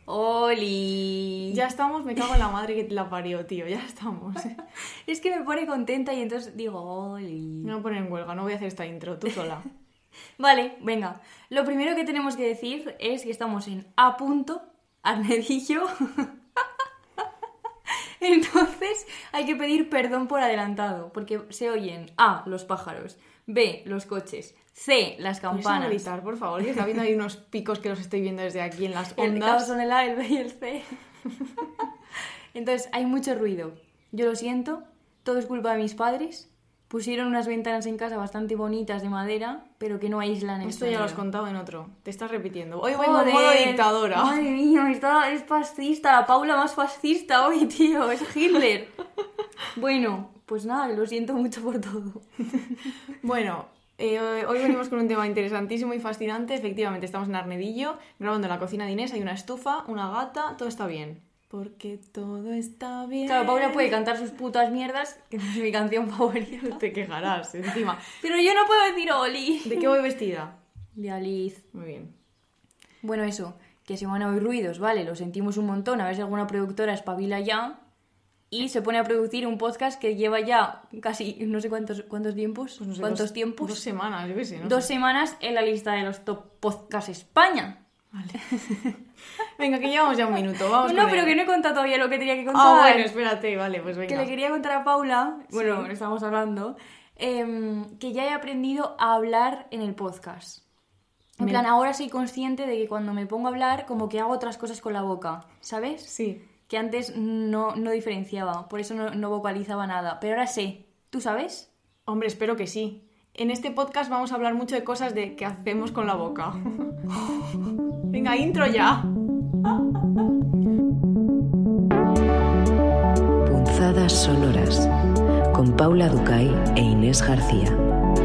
¡Oli! Ya estamos, me cago en la madre que te la parió, tío, ya estamos. Es que me pone contenta y entonces digo ¡oli! Me voy a poner en huelga, no voy a hacer esta intro, tú sola. Vale, venga. Lo primero que tenemos que decir es que estamos en A. Arnedillo. Entonces hay que pedir perdón por adelantado, porque se oyen A, los pájaros, B, los coches, C, las ¿Puedes campanas. gritar, por favor? Que está viendo ahí unos picos que los estoy viendo desde aquí en las El ondas. son el A, el B y el C. Entonces hay mucho ruido. Yo lo siento, todo es culpa de mis padres. Pusieron unas ventanas en casa bastante bonitas de madera, pero que no aíslan el Esto ya lo has sonido. contado en otro. Te estás repitiendo. Hoy vengo en Joder, modo dictadora. Madre mía, es fascista, la Paula más fascista hoy, tío, es Hitler. Bueno, pues nada, lo siento mucho por todo. Bueno, hoy venimos con un tema interesantísimo y fascinante. Efectivamente, estamos en Arnedillo, grabando en la cocina de Inés. Hay una estufa, una gata, todo está bien. Porque todo está bien. Claro, Paula puede cantar sus putas mierdas, que es mi canción favorita. Te quejarás, encima. Pero yo no puedo decir Oli. ¿De qué voy vestida? De Alice. Muy bien. Bueno, eso, que se van a oír ruidos, vale, lo sentimos un montón, a ver si alguna productora espabila ya y se pone a producir un podcast que lleva ya casi no sé cuántos tiempos, Pues no sé, cuántos tiempos, 2 semanas, yo qué sé, no 2 sé. semanas en la lista de los top podcasts España. Vale. Venga, que llevamos ya un minuto, vamos No, con pero él. que no he contado todavía lo que tenía que contar. Ah, bueno, espérate, vale, pues venga. Que le quería contar a Paula, bueno, Sí. estamos hablando, que ya he aprendido a hablar en el podcast. En plan, ahora soy consciente de que cuando me pongo a hablar, como que hago otras cosas con la boca, ¿sabes? Sí. Que antes no diferenciaba, por eso no vocalizaba nada. Pero ahora sé, ¿tú sabes? Hombre, espero que sí. En este podcast vamos a hablar mucho de cosas de que hacemos con la boca. Venga, intro ya. Punzadas sonoras con Paula Ducay e Inés García.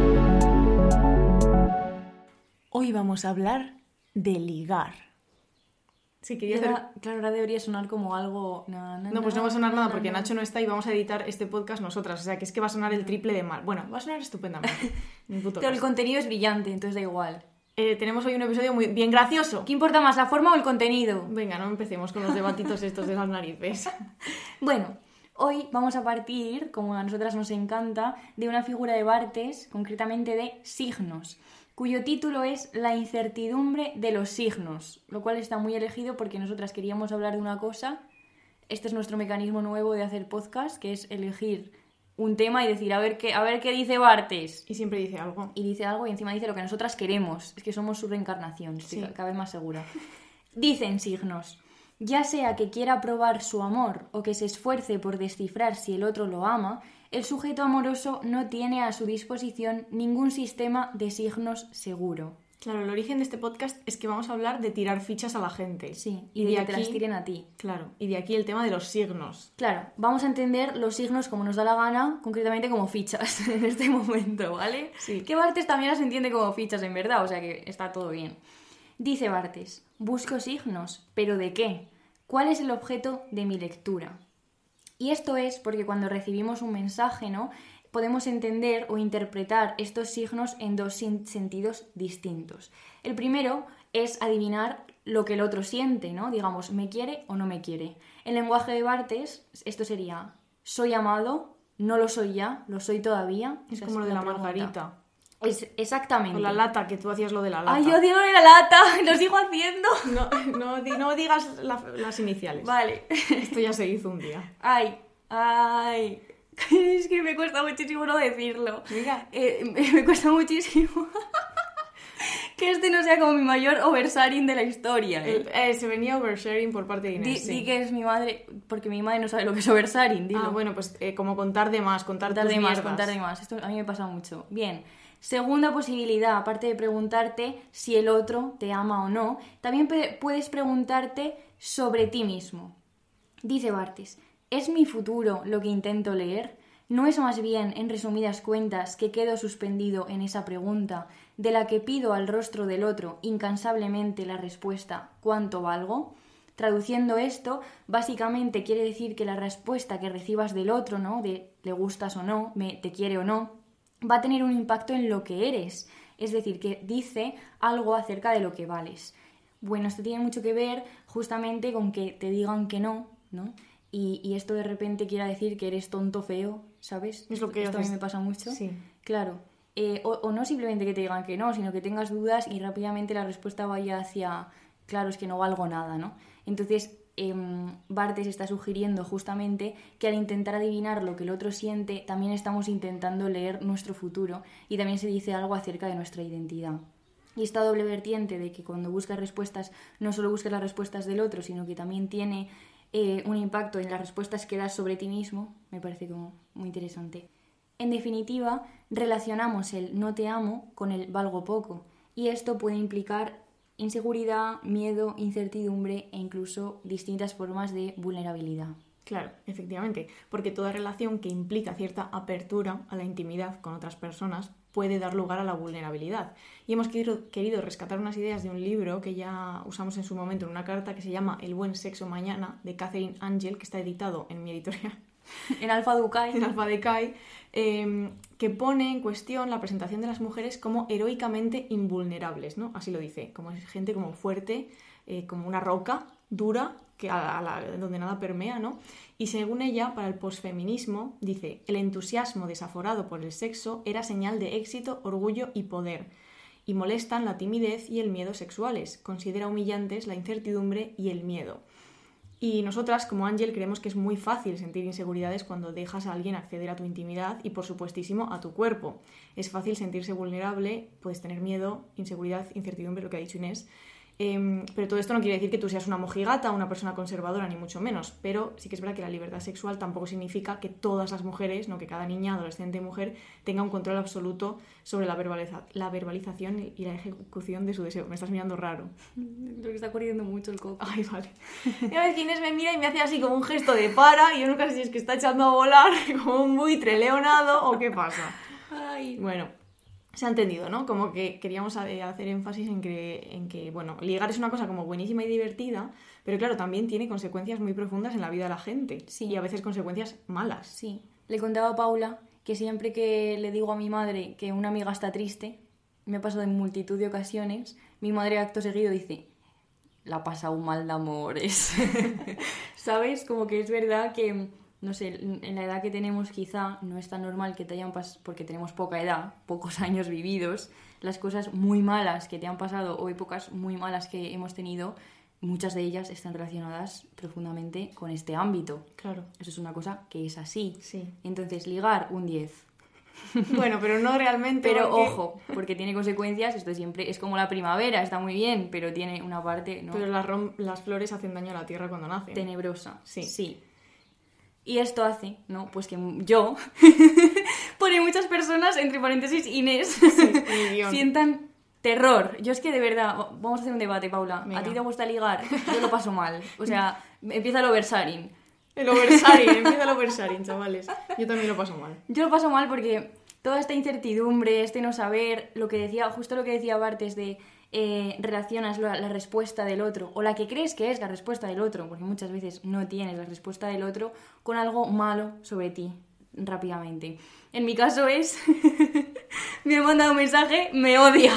Hoy vamos a hablar de ligar. Sí, quería hacer... Claro, ahora debería sonar como algo... No, pues no va a sonar nada porque Nacho no está y vamos a editar este podcast nosotras. O sea, que es que va a sonar el triple de mal. Bueno, va a sonar estupendamente. Ni puto Pero el caso. contenido es brillante, entonces da igual. Tenemos hoy un episodio muy bien gracioso. ¿Qué importa más, la forma o el contenido? Venga, no empecemos con los debatitos estos de las narices. Bueno, hoy vamos a partir, como a nosotras nos encanta, de una figura de Barthes, concretamente de signos, cuyo título es La incertidumbre de los signos, lo cual está muy elegido porque nosotras queríamos hablar de una cosa. Este es nuestro mecanismo nuevo de hacer podcast, que es elegir un tema y decir, a ver qué dice Barthes. Y siempre dice algo. Y dice algo y encima dice lo que nosotras queremos. Es que somos su reencarnación, estoy Sí. cada vez más segura. Dicen signos, ya sea que quiera probar su amor o que se esfuerce por descifrar si el otro lo ama, el sujeto amoroso no tiene a su disposición ningún sistema de signos seguro. Claro, el origen de este podcast es que vamos a hablar de tirar fichas a la gente. Sí, y de que te las tiren a ti. Claro, y de aquí el tema de los signos. Claro, vamos a entender los signos como nos da la gana, concretamente como fichas en este momento, ¿vale? Sí. Que Barthes también las entiende como fichas en verdad, o sea que está todo bien. Dice Barthes, busco signos, ¿pero de qué? ¿Cuál es el objeto de mi lectura? Y esto es porque cuando recibimos un mensaje, ¿no?, podemos entender o interpretar estos signos en dos sentidos distintos. El primero es adivinar lo que el otro siente, ¿no? Digamos, ¿me quiere o no me quiere? En lenguaje de Barthes, esto sería, ¿soy amado? ¿No lo soy ya? ¿Lo soy todavía? Es Esa como lo de la pregunta. margarita. Exactamente. O la lata, que tú hacías lo de la lata. ¡Ay, yo digo de la lata! ¡Lo sigo haciendo! No digas las iniciales. Vale. Esto ya se hizo un día. ¡Ay! Es que me cuesta muchísimo no decirlo. Venga. Me cuesta muchísimo que este no sea como mi mayor oversharing de la historia. Se venía oversharing por parte de Inés. Di que es mi madre, porque mi madre no sabe lo que es oversharing, dilo. Ah, bueno, pues como contar de más, contar tus Contar de más, mierdas. contar de más. Esto a mí me pasa mucho. Bien. Segunda posibilidad, aparte de preguntarte si el otro te ama o no, también puedes preguntarte sobre ti mismo. Dice Barthes, ¿es mi futuro lo que intento leer? ¿No es más bien, en resumidas cuentas, que quedo suspendido en esa pregunta, de la que pido al rostro del otro incansablemente la respuesta ¿cuánto valgo? Traduciendo esto, básicamente quiere decir que la respuesta que recibas del otro, ¿no?, de le gustas o no, te quiere o no, va a tener un impacto en lo que eres. Es decir, que dice algo acerca de lo que vales. Bueno, esto tiene mucho que ver justamente con que te digan que no, ¿no? Y esto de repente quiera decir que eres tonto, feo, ¿sabes? Es lo que esto a mí me pasa mucho. Sí. Claro. O no simplemente que te digan que no, sino que tengas dudas y rápidamente la respuesta vaya hacia, claro, es que no valgo nada, ¿no? Entonces, Barthes está sugiriendo justamente que al intentar adivinar lo que el otro siente, también estamos intentando leer nuestro futuro y también se dice algo acerca de nuestra identidad. Y esta doble vertiente de que cuando buscas respuestas, no solo buscas las respuestas del otro, sino que también tiene un impacto en las respuestas que das sobre ti mismo, me parece como muy interesante. En definitiva, relacionamos el no te amo con el valgo poco, y esto puede implicar inseguridad, miedo, incertidumbre e incluso distintas formas de vulnerabilidad. Claro, efectivamente, porque toda relación que implica cierta apertura a la intimidad con otras personas puede dar lugar a la vulnerabilidad. Y hemos querido rescatar unas ideas de un libro que ya usamos en su momento en una carta que se llama El buen sexo mañana, de Catherine Angel, que está editado en mi editorial. En Alfa Ducay. En Alfa Ducay, que pone en cuestión la presentación de las mujeres como heroicamente invulnerables, ¿no? Así lo dice, como gente como fuerte, como una roca dura, que donde nada permea, ¿no? Y según ella, para el posfeminismo, dice, el entusiasmo desaforado por el sexo era señal de éxito, orgullo y poder, y molestan la timidez y el miedo sexuales, considera humillantes la incertidumbre y el miedo. Y nosotras, como Ángel, creemos que es muy fácil sentir inseguridades cuando dejas a alguien acceder a tu intimidad y, por supuestísimo, a tu cuerpo. Es fácil sentirse vulnerable, puedes tener miedo, inseguridad, incertidumbre, lo que ha dicho Inés. Pero todo esto no quiere decir que tú seas una mojigata o una persona conservadora, ni mucho menos. Pero sí que es verdad que la libertad sexual tampoco significa que todas las mujeres, no que cada niña, adolescente, mujer, tenga un control absoluto sobre la verbalización y la ejecución de su deseo. Me estás mirando raro. Lo que está corriendo mucho el coco. Ay, vale. Y a veces Inés me mira y me hace así como un gesto de para, y yo nunca sé si es que está echando a volar como un buitre leonado o qué pasa. Ay. Bueno, se ha entendido, ¿no? Como que queríamos hacer énfasis en que, bueno, ligar es una cosa como buenísima y divertida, pero claro, también tiene consecuencias muy profundas en la vida de la gente. Sí. Y a veces consecuencias malas. Sí. Le contaba a Paula que siempre que le digo a mi madre que una amiga está triste, me ha pasado en multitud de ocasiones, mi madre acto seguido dice, la ha pasado mal de amores. ¿Sabes? Como que es verdad que, no sé, en la edad que tenemos quizá no es tan normal que te hayan pasado, porque tenemos poca edad, pocos años vividos, las cosas muy malas que te han pasado o épocas muy malas que hemos tenido, muchas de ellas están relacionadas profundamente con este ámbito. Claro. Eso es una cosa que es así. Sí. Entonces, ligar un 10. Bueno, pero no realmente. Pero porque... ojo, porque tiene consecuencias, esto siempre es como la primavera, está muy bien, pero tiene una parte, ¿no? Pero las flores hacen daño a la tierra cuando nacen. Tenebrosa. Sí. Sí. Y esto hace, ¿no? Pues que yo, pone muchas personas, entre paréntesis, Inés, Sí, sientan terror. Yo es que de verdad, vamos a hacer un debate, Paula. Venga. ¿A ti te gusta ligar? Yo lo paso mal. O sea, empieza el oversharing. El oversharing, empieza el oversharing, chavales. Yo también lo paso mal. Yo lo paso mal porque toda esta incertidumbre, este no saber, justo lo que decía Barthes de relacionas la respuesta del otro, o la que crees que es la respuesta del otro, porque muchas veces no tienes la respuesta del otro, con algo malo sobre ti, rápidamente. En mi caso es... me ha mandado un mensaje, me odia.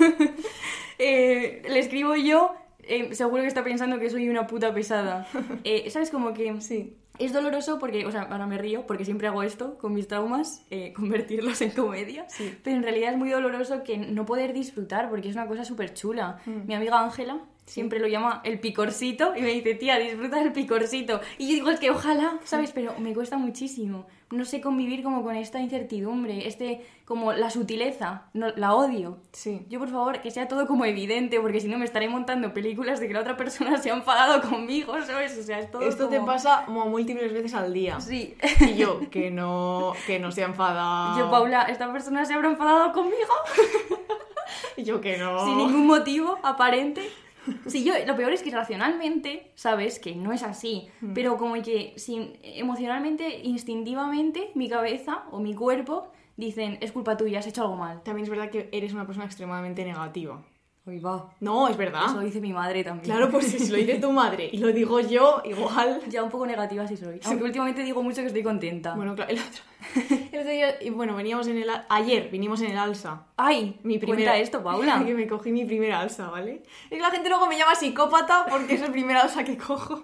Le escribo yo, seguro que está pensando que soy una puta pesada. ¿Sabes? Como que... Sí. Es doloroso porque, o sea, ahora me río porque siempre hago esto con mis traumas, convertirlos en comedia, Sí. pero en realidad es muy doloroso que no poder disfrutar porque es una cosa súper chula. Mi amiga Ángela siempre lo llama el picorcito y me dice, tía, disfruta del picorcito. Y yo digo, es que ojalá, ¿sabes? Pero me cuesta muchísimo. No sé convivir como con esta incertidumbre, como la sutileza, no, la odio. Sí. Yo, por favor, que sea todo como evidente, porque si no me estaré montando películas de que la otra persona se ha enfadado conmigo, ¿sabes? O sea, es todo Esto como... te pasa como múltiples veces al día. Sí. Y yo, que no se ha enfadado. Yo, Paula, ¿esta persona se habrá enfadado conmigo? Y yo, que no. Sin ningún motivo aparente. Sí, lo peor es que racionalmente sabes que no es así, pero como que emocionalmente, instintivamente, mi cabeza o mi cuerpo dicen, es culpa tuya, has hecho algo mal. También es verdad que eres una persona extremadamente negativa. Hoy va. No, es verdad. Eso dice mi madre también. Claro, pues si lo dice tu madre y lo digo yo, igual. Ya un poco negativa sí soy. Aunque últimamente digo mucho que estoy contenta. Bueno, claro, el otro día, y bueno, ayer vinimos en el Alsa. ¡Ay! Cuenta esto, Paula. Que me cogí mi primera alsa, ¿vale? Es que la gente luego me llama psicópata porque es el primer alsa que cojo.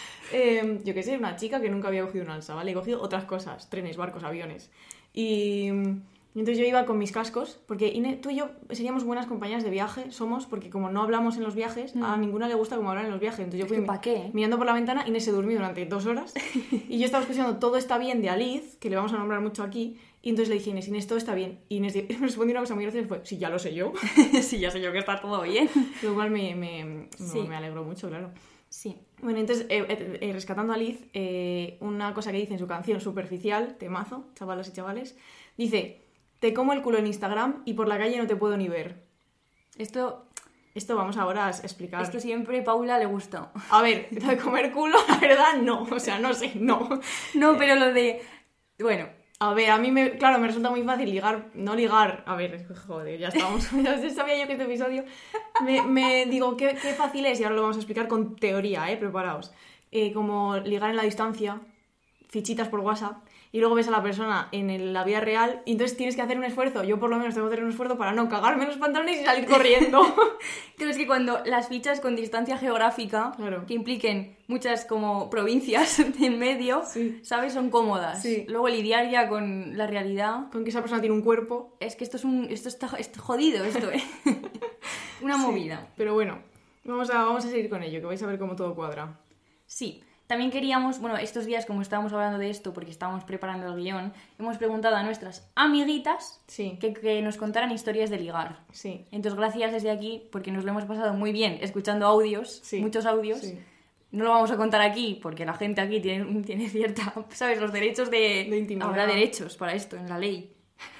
Yo qué sé, una chica que nunca había cogido un alsa, ¿vale? He cogido otras cosas, trenes, barcos, aviones. Y entonces yo iba con mis cascos, porque tú y yo seríamos buenas compañeras de viaje, porque como no hablamos en los viajes, a ninguna le gusta como hablar en los viajes. Entonces yo fui ¿para qué? mirando por la ventana, Inés se durmió durante 2 horas y yo estaba escuchando Todo está bien de Aliz, que le vamos a nombrar mucho aquí, y entonces le dije, Inés, todo está bien. Y Inés me respondió una cosa muy graciosa, fue, sí, ya lo sé yo. Sí, ya sé yo que está todo bien. Lo cual me alegró mucho, claro. Sí. Bueno, entonces, rescatando a Liz, una cosa que dice en su canción Superficial, temazo, chavalas y chavales, dice, te como el culo en Instagram y por la calle no te puedo ni ver. Esto vamos ahora a explicar. Esto siempre a Paula le gusta. A ver, lo de comer culo, la verdad, no. O sea, no sé, no. No, pero lo de... Bueno... A ver, a mí, me resulta muy fácil no ligar, a ver, joder, ya estábamos, ya sabía yo que este episodio, me digo, qué fácil es, y ahora lo vamos a explicar con teoría, preparaos, como ligar en la distancia, fichitas por WhatsApp, y luego ves a la persona en la vida real, y entonces tienes que hacer un esfuerzo, yo por lo menos tengo que hacer un esfuerzo para no cagarme en los pantalones y salir corriendo. Creo que cuando las fichas con distancia geográfica, claro, que impliquen muchas como provincias en medio, sí, ¿sabes? Son cómodas. Sí. Luego lidiar ya con la realidad... Con que esa persona tiene un cuerpo... Es que esto está jodido, esto, Una movida. Pero bueno, vamos a seguir con ello, que vais a ver cómo todo cuadra. Sí. También queríamos, bueno, estos días como estábamos hablando de esto, porque estábamos preparando el guión, hemos preguntado a nuestras amiguitas sí, que nos contaran historias de ligar. Sí. Entonces, gracias desde aquí, porque nos lo hemos pasado muy bien escuchando audios, sí, muchos audios. Sí. No lo vamos a contar aquí, porque la gente aquí tiene cierta, ¿sabes? Los derechos de intimidad. Habrá derechos para esto en la ley.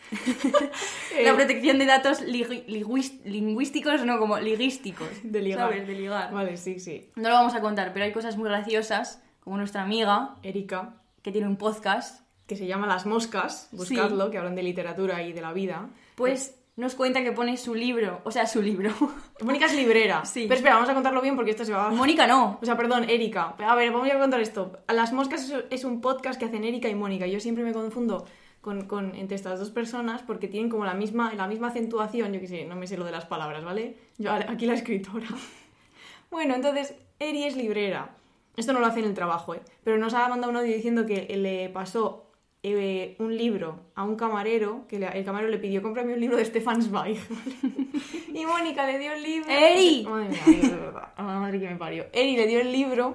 La protección de datos lingüísticos, no, como liguísticos. De ligar. ¿Sabes? De ligar. Vale, sí. No lo vamos a contar, pero hay cosas muy graciosas, como nuestra amiga Erika, que tiene un podcast que se llama Las Moscas, buscadlo, sí, que hablan de literatura y de la vida. Pues nos cuenta que pone su libro. Mónica es librera. Sí. Pero espera, vamos a contarlo bien porque esto se va... Mónica no. O sea, perdón, Erika. A ver, vamos a contar esto. Las Moscas es un podcast que hacen Erika y Mónica. Yo siempre me confundo entre estas dos personas porque tienen como la misma acentuación. Yo qué sé, no me sé lo de las palabras, ¿vale? Yo aquí la escritora. Bueno, entonces, Eri es librera. Esto no lo hace en el trabajo, pero nos ha mandado un audio diciendo que le pasó un libro a un camarero, que el camarero le pidió, cómprame un libro de Stefan Zweig, ¿vale? Y Mónica le dio el libro... ¡Eri! Madre mía, de verdad, madre que me parió. Eri le dio el libro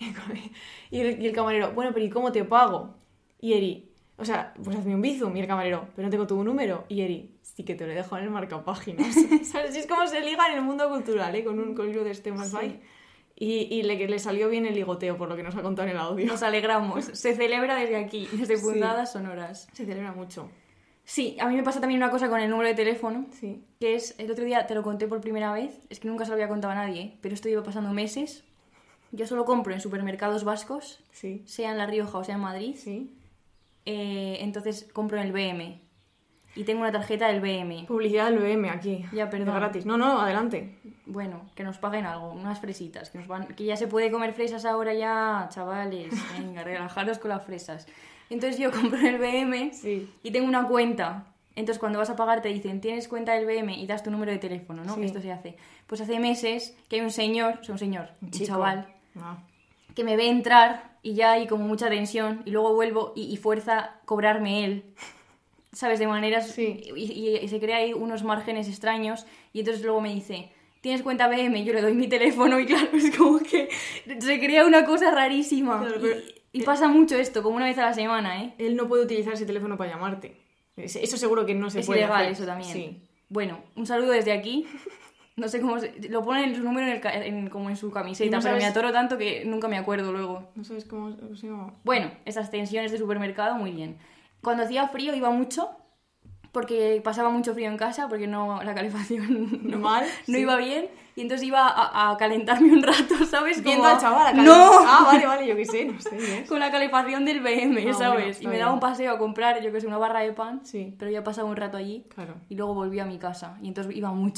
y el camarero, bueno, pero ¿y cómo te pago? Y Eri, o sea, pues hazme un bizum. Y el camarero, pero no tengo tu número. Y Eri, sí que te lo dejo en el marcapáginas. ¿Sabes? Es como se liga en el mundo cultural, con un libro de Stefan Zweig. Y le salió bien el ligoteo, por lo que nos ha contado en el audio. Nos alegramos. Se celebra desde aquí, desde Puntadas Sonoras. Se celebra mucho. Sí, a mí me pasa también una cosa con el número de teléfono. Sí. Que es, el otro día te lo conté por primera vez. Es que nunca se lo había contado a nadie, pero esto lleva pasando meses. Yo solo compro en supermercados vascos, sí, sea en La Rioja o sea en Madrid. Sí. Entonces compro en el BM. Y tengo una tarjeta del BM. Publicidad del BM aquí. Ya, perdón. De gratis. No, adelante. Bueno, que nos paguen algo, unas fresitas. Que ya se puede comer fresas ahora ya, chavales. Venga, relajaros con las fresas. Entonces yo compro en el BM, sí, y tengo una cuenta. Entonces cuando vas a pagar te dicen, tienes cuenta del BM y das tu número de teléfono, ¿no? Sí. Esto se hace. Pues hace meses que hay un chaval, que me ve entrar y ya hay como mucha tensión y luego vuelvo y fuerza cobrarme él. ¿Sabes? De maneras... Sí. Y se crea ahí unos márgenes extraños y entonces luego me dice, ¿tienes cuenta BM? Yo le doy mi teléfono y claro, es como que se crea una cosa rarísima. Claro, pero... Y pasa mucho esto, como una vez a la semana, ¿eh? Él no puede utilizar ese teléfono para llamarte. Eso seguro que no se puede hacer. Es ilegal hacer. eso también. Sí. Bueno, un saludo desde aquí. No sé cómo lo pone en su número como en su camiseta, no sabes... pero me atoro tanto que nunca me acuerdo luego. No sabes cómo se llama. Bueno, esas tensiones de supermercado, muy bien. Cuando hacía frío iba mucho, porque pasaba mucho frío en casa, porque la calefacción no iba bien, y entonces iba a calentarme un rato, ¿sabes? Viendo al chaval a ¡No! Ah, vale, yo qué sé, no sé. ¿Ves? Con la calefacción del BM, ¿sabes? Bueno, y me daba un paseo a comprar, yo qué sé, una barra de pan, sí, pero ya pasaba un rato allí, claro, y luego volví a mi casa, y entonces iba mucho.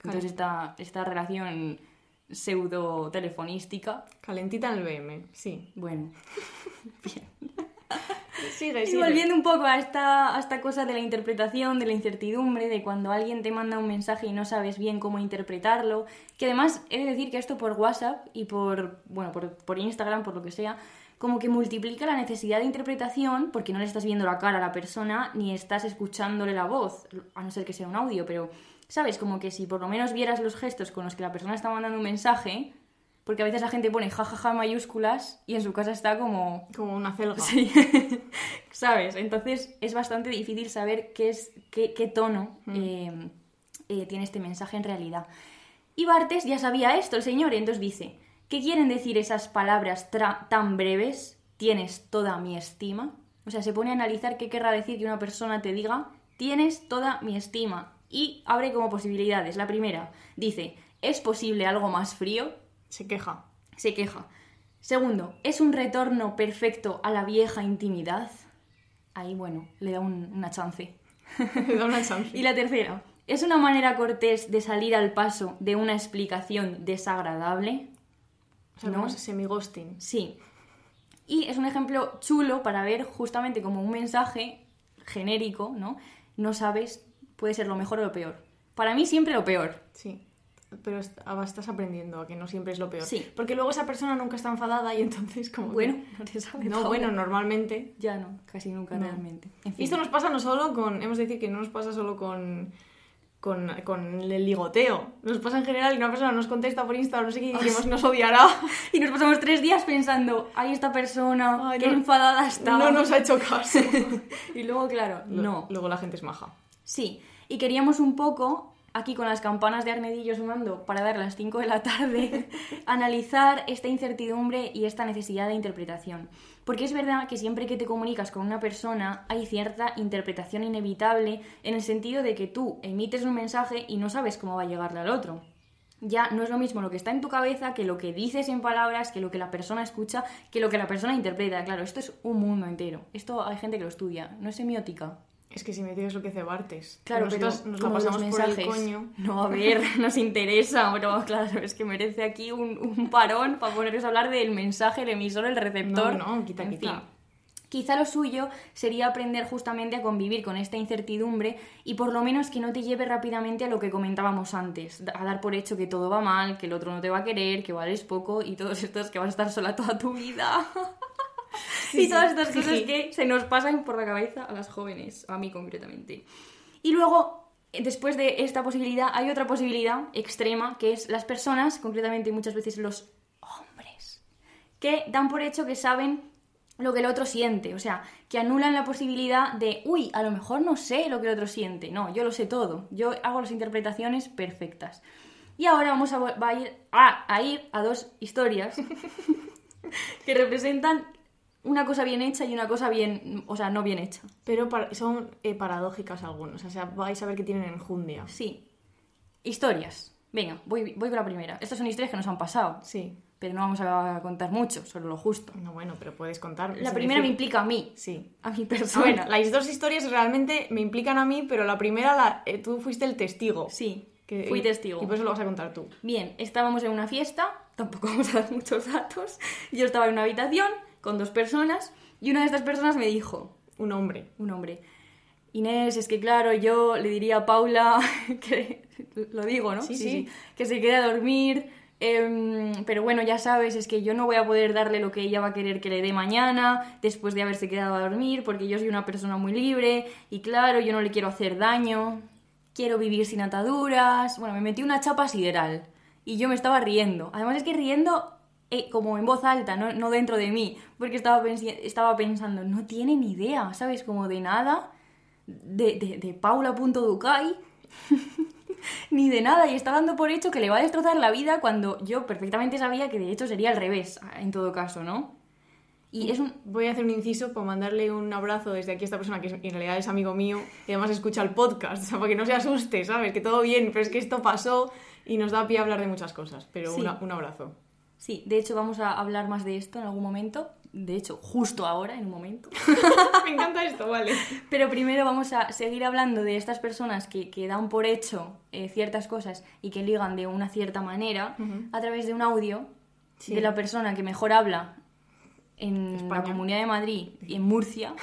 Entonces esta relación pseudo telefonística. Calentita en el BM, sí. Bueno, bien. Sigue. Y volviendo un poco a esta cosa de la interpretación, de la incertidumbre, de cuando alguien te manda un mensaje y no sabes bien cómo interpretarlo, que además he de decir que esto por WhatsApp y por Instagram, por lo que sea, como que multiplica la necesidad de interpretación porque no le estás viendo la cara a la persona ni estás escuchándole la voz, a no ser que sea un audio, pero, ¿sabes? Como que si por lo menos vieras los gestos con los que la persona está mandando un mensaje, porque a veces la gente pone jajaja mayúsculas y en su casa está como una celga. Sí, ¿sabes? Entonces es bastante difícil saber qué tono tiene este mensaje en realidad. Y Barthes ya sabía esto, el señor, y entonces dice, ¿qué quieren decir esas palabras tan breves? ¿Tienes toda mi estima? O sea, se pone a analizar qué querrá decir que una persona te diga, tienes toda mi estima. Y abre como posibilidades. La primera, dice, ¿es posible algo más frío? Se queja. Segundo, ¿es un retorno perfecto a la vieja intimidad? Ahí, bueno, le da una chance. Le da una chance. Y la tercera, ¿es una manera cortés de salir al paso de una explicación desagradable? O sea, ¿no? Semi-ghosting. Sí. Y es un ejemplo chulo para ver justamente como un mensaje genérico, ¿no? No sabes, puede ser lo mejor o lo peor. Para mí siempre lo peor. Sí. Pero estás aprendiendo a que no siempre es lo peor. Sí. Porque luego esa persona nunca está enfadada y entonces como... Bueno, no te sabes. No, bueno, normalmente... Ya no, casi nunca realmente. En fin. Y esto nos pasa no solo con... Hemos de decir que no nos pasa solo con el ligoteo. Nos pasa en general y una persona nos contesta por Instagram, no sé qué, y decimos, nos odiará. Y nos pasamos 3 días pensando, ay, esta persona, qué enfadada está. No nos ha hecho caso. Y luego, claro, no. Luego la gente es maja. Sí, y queríamos un poco... aquí con las campanas de Arnedillo sonando para dar las 5 de la tarde, analizar esta incertidumbre y esta necesidad de interpretación. Porque es verdad que siempre que te comunicas con una persona hay cierta interpretación inevitable en el sentido de que tú emites un mensaje y no sabes cómo va a llegarle al otro. Ya no es lo mismo lo que está en tu cabeza que lo que dices en palabras, que lo que la persona escucha, que lo que la persona interpreta. Claro, esto es un mundo entero. Esto hay gente que lo estudia, no es semiótica. Es que si me dices lo que hace Barthes. Claro, nosotros pero nos lo pasamos los por el mensajes. coño. No, a ver, nos interesa, pero claro, es que merece aquí un parón para ponernos a hablar del mensaje, el emisor, el receptor. No, quita. En fin. Quizá lo suyo sería aprender justamente a convivir con esta incertidumbre y por lo menos que no te lleve rápidamente a lo que comentábamos antes, a dar por hecho que todo va mal, que el otro no te va a querer, que vales poco y todos estos que vas a estar sola toda tu vida. Y todas estas cosas que se nos pasan por la cabeza a las jóvenes, a mí concretamente. Y luego, después de esta posibilidad, hay otra posibilidad extrema, que es las personas, concretamente muchas veces los hombres, que dan por hecho que saben lo que el otro siente, o sea, que anulan la posibilidad de, uy, a lo mejor no sé lo que el otro siente. No, yo lo sé todo, yo hago las interpretaciones perfectas. Y ahora vamos a ir a 2 historias que representan una cosa bien hecha y una cosa no bien hecha. Pero son paradójicas algunos, o sea, vais a ver que tienen enjundia. Sí. Historias. Venga, voy con la primera. Estas son historias que nos han pasado. Sí. Pero no vamos a contar mucho, solo lo justo. No, bueno, pero puedes contar. La primera me implica a mí. Sí. A mi persona. Las 2 historias realmente me implican a mí, pero la primera, tú fuiste el testigo. Sí, fui testigo. Y por eso lo vas a contar tú. Bien, estábamos en una fiesta, tampoco vamos a dar muchos datos. Yo estaba en una habitación con 2 personas y una de estas personas me dijo... Un hombre. Inés, es que claro, yo le diría a Paula que... Lo digo, ¿no? Sí. Que se quede a dormir, pero bueno, ya sabes, es que yo no voy a poder darle lo que ella va a querer que le dé mañana, después de haberse quedado a dormir, porque yo soy una persona muy libre y claro, yo no le quiero hacer daño, quiero vivir sin ataduras... Bueno, me metí una chapa sideral y yo me estaba riendo. Además es que riendo... como en voz alta, no dentro de mí, porque estaba pensando, no tiene ni idea, ¿sabes? Como de nada, de Paula.Ducay, ni de nada, y está dando por hecho que le va a destrozar la vida cuando yo perfectamente sabía que de hecho sería al revés, en todo caso, ¿no? Y Voy a hacer un inciso para mandarle un abrazo desde aquí a esta persona que en realidad es amigo mío y además escucha el podcast, o sea, para que no se asuste, ¿sabes? Que todo bien, pero es que esto pasó y nos da pie a hablar de muchas cosas, pero Sí. un abrazo. Sí, de hecho vamos a hablar más de esto en algún momento, de hecho, justo ahora, en un momento. Me encanta esto, vale. Pero primero vamos a seguir hablando de estas personas que dan por hecho ciertas cosas y que ligan de una cierta manera a través de un audio de la persona que mejor habla en España. la Comunidad de Madrid y en Murcia,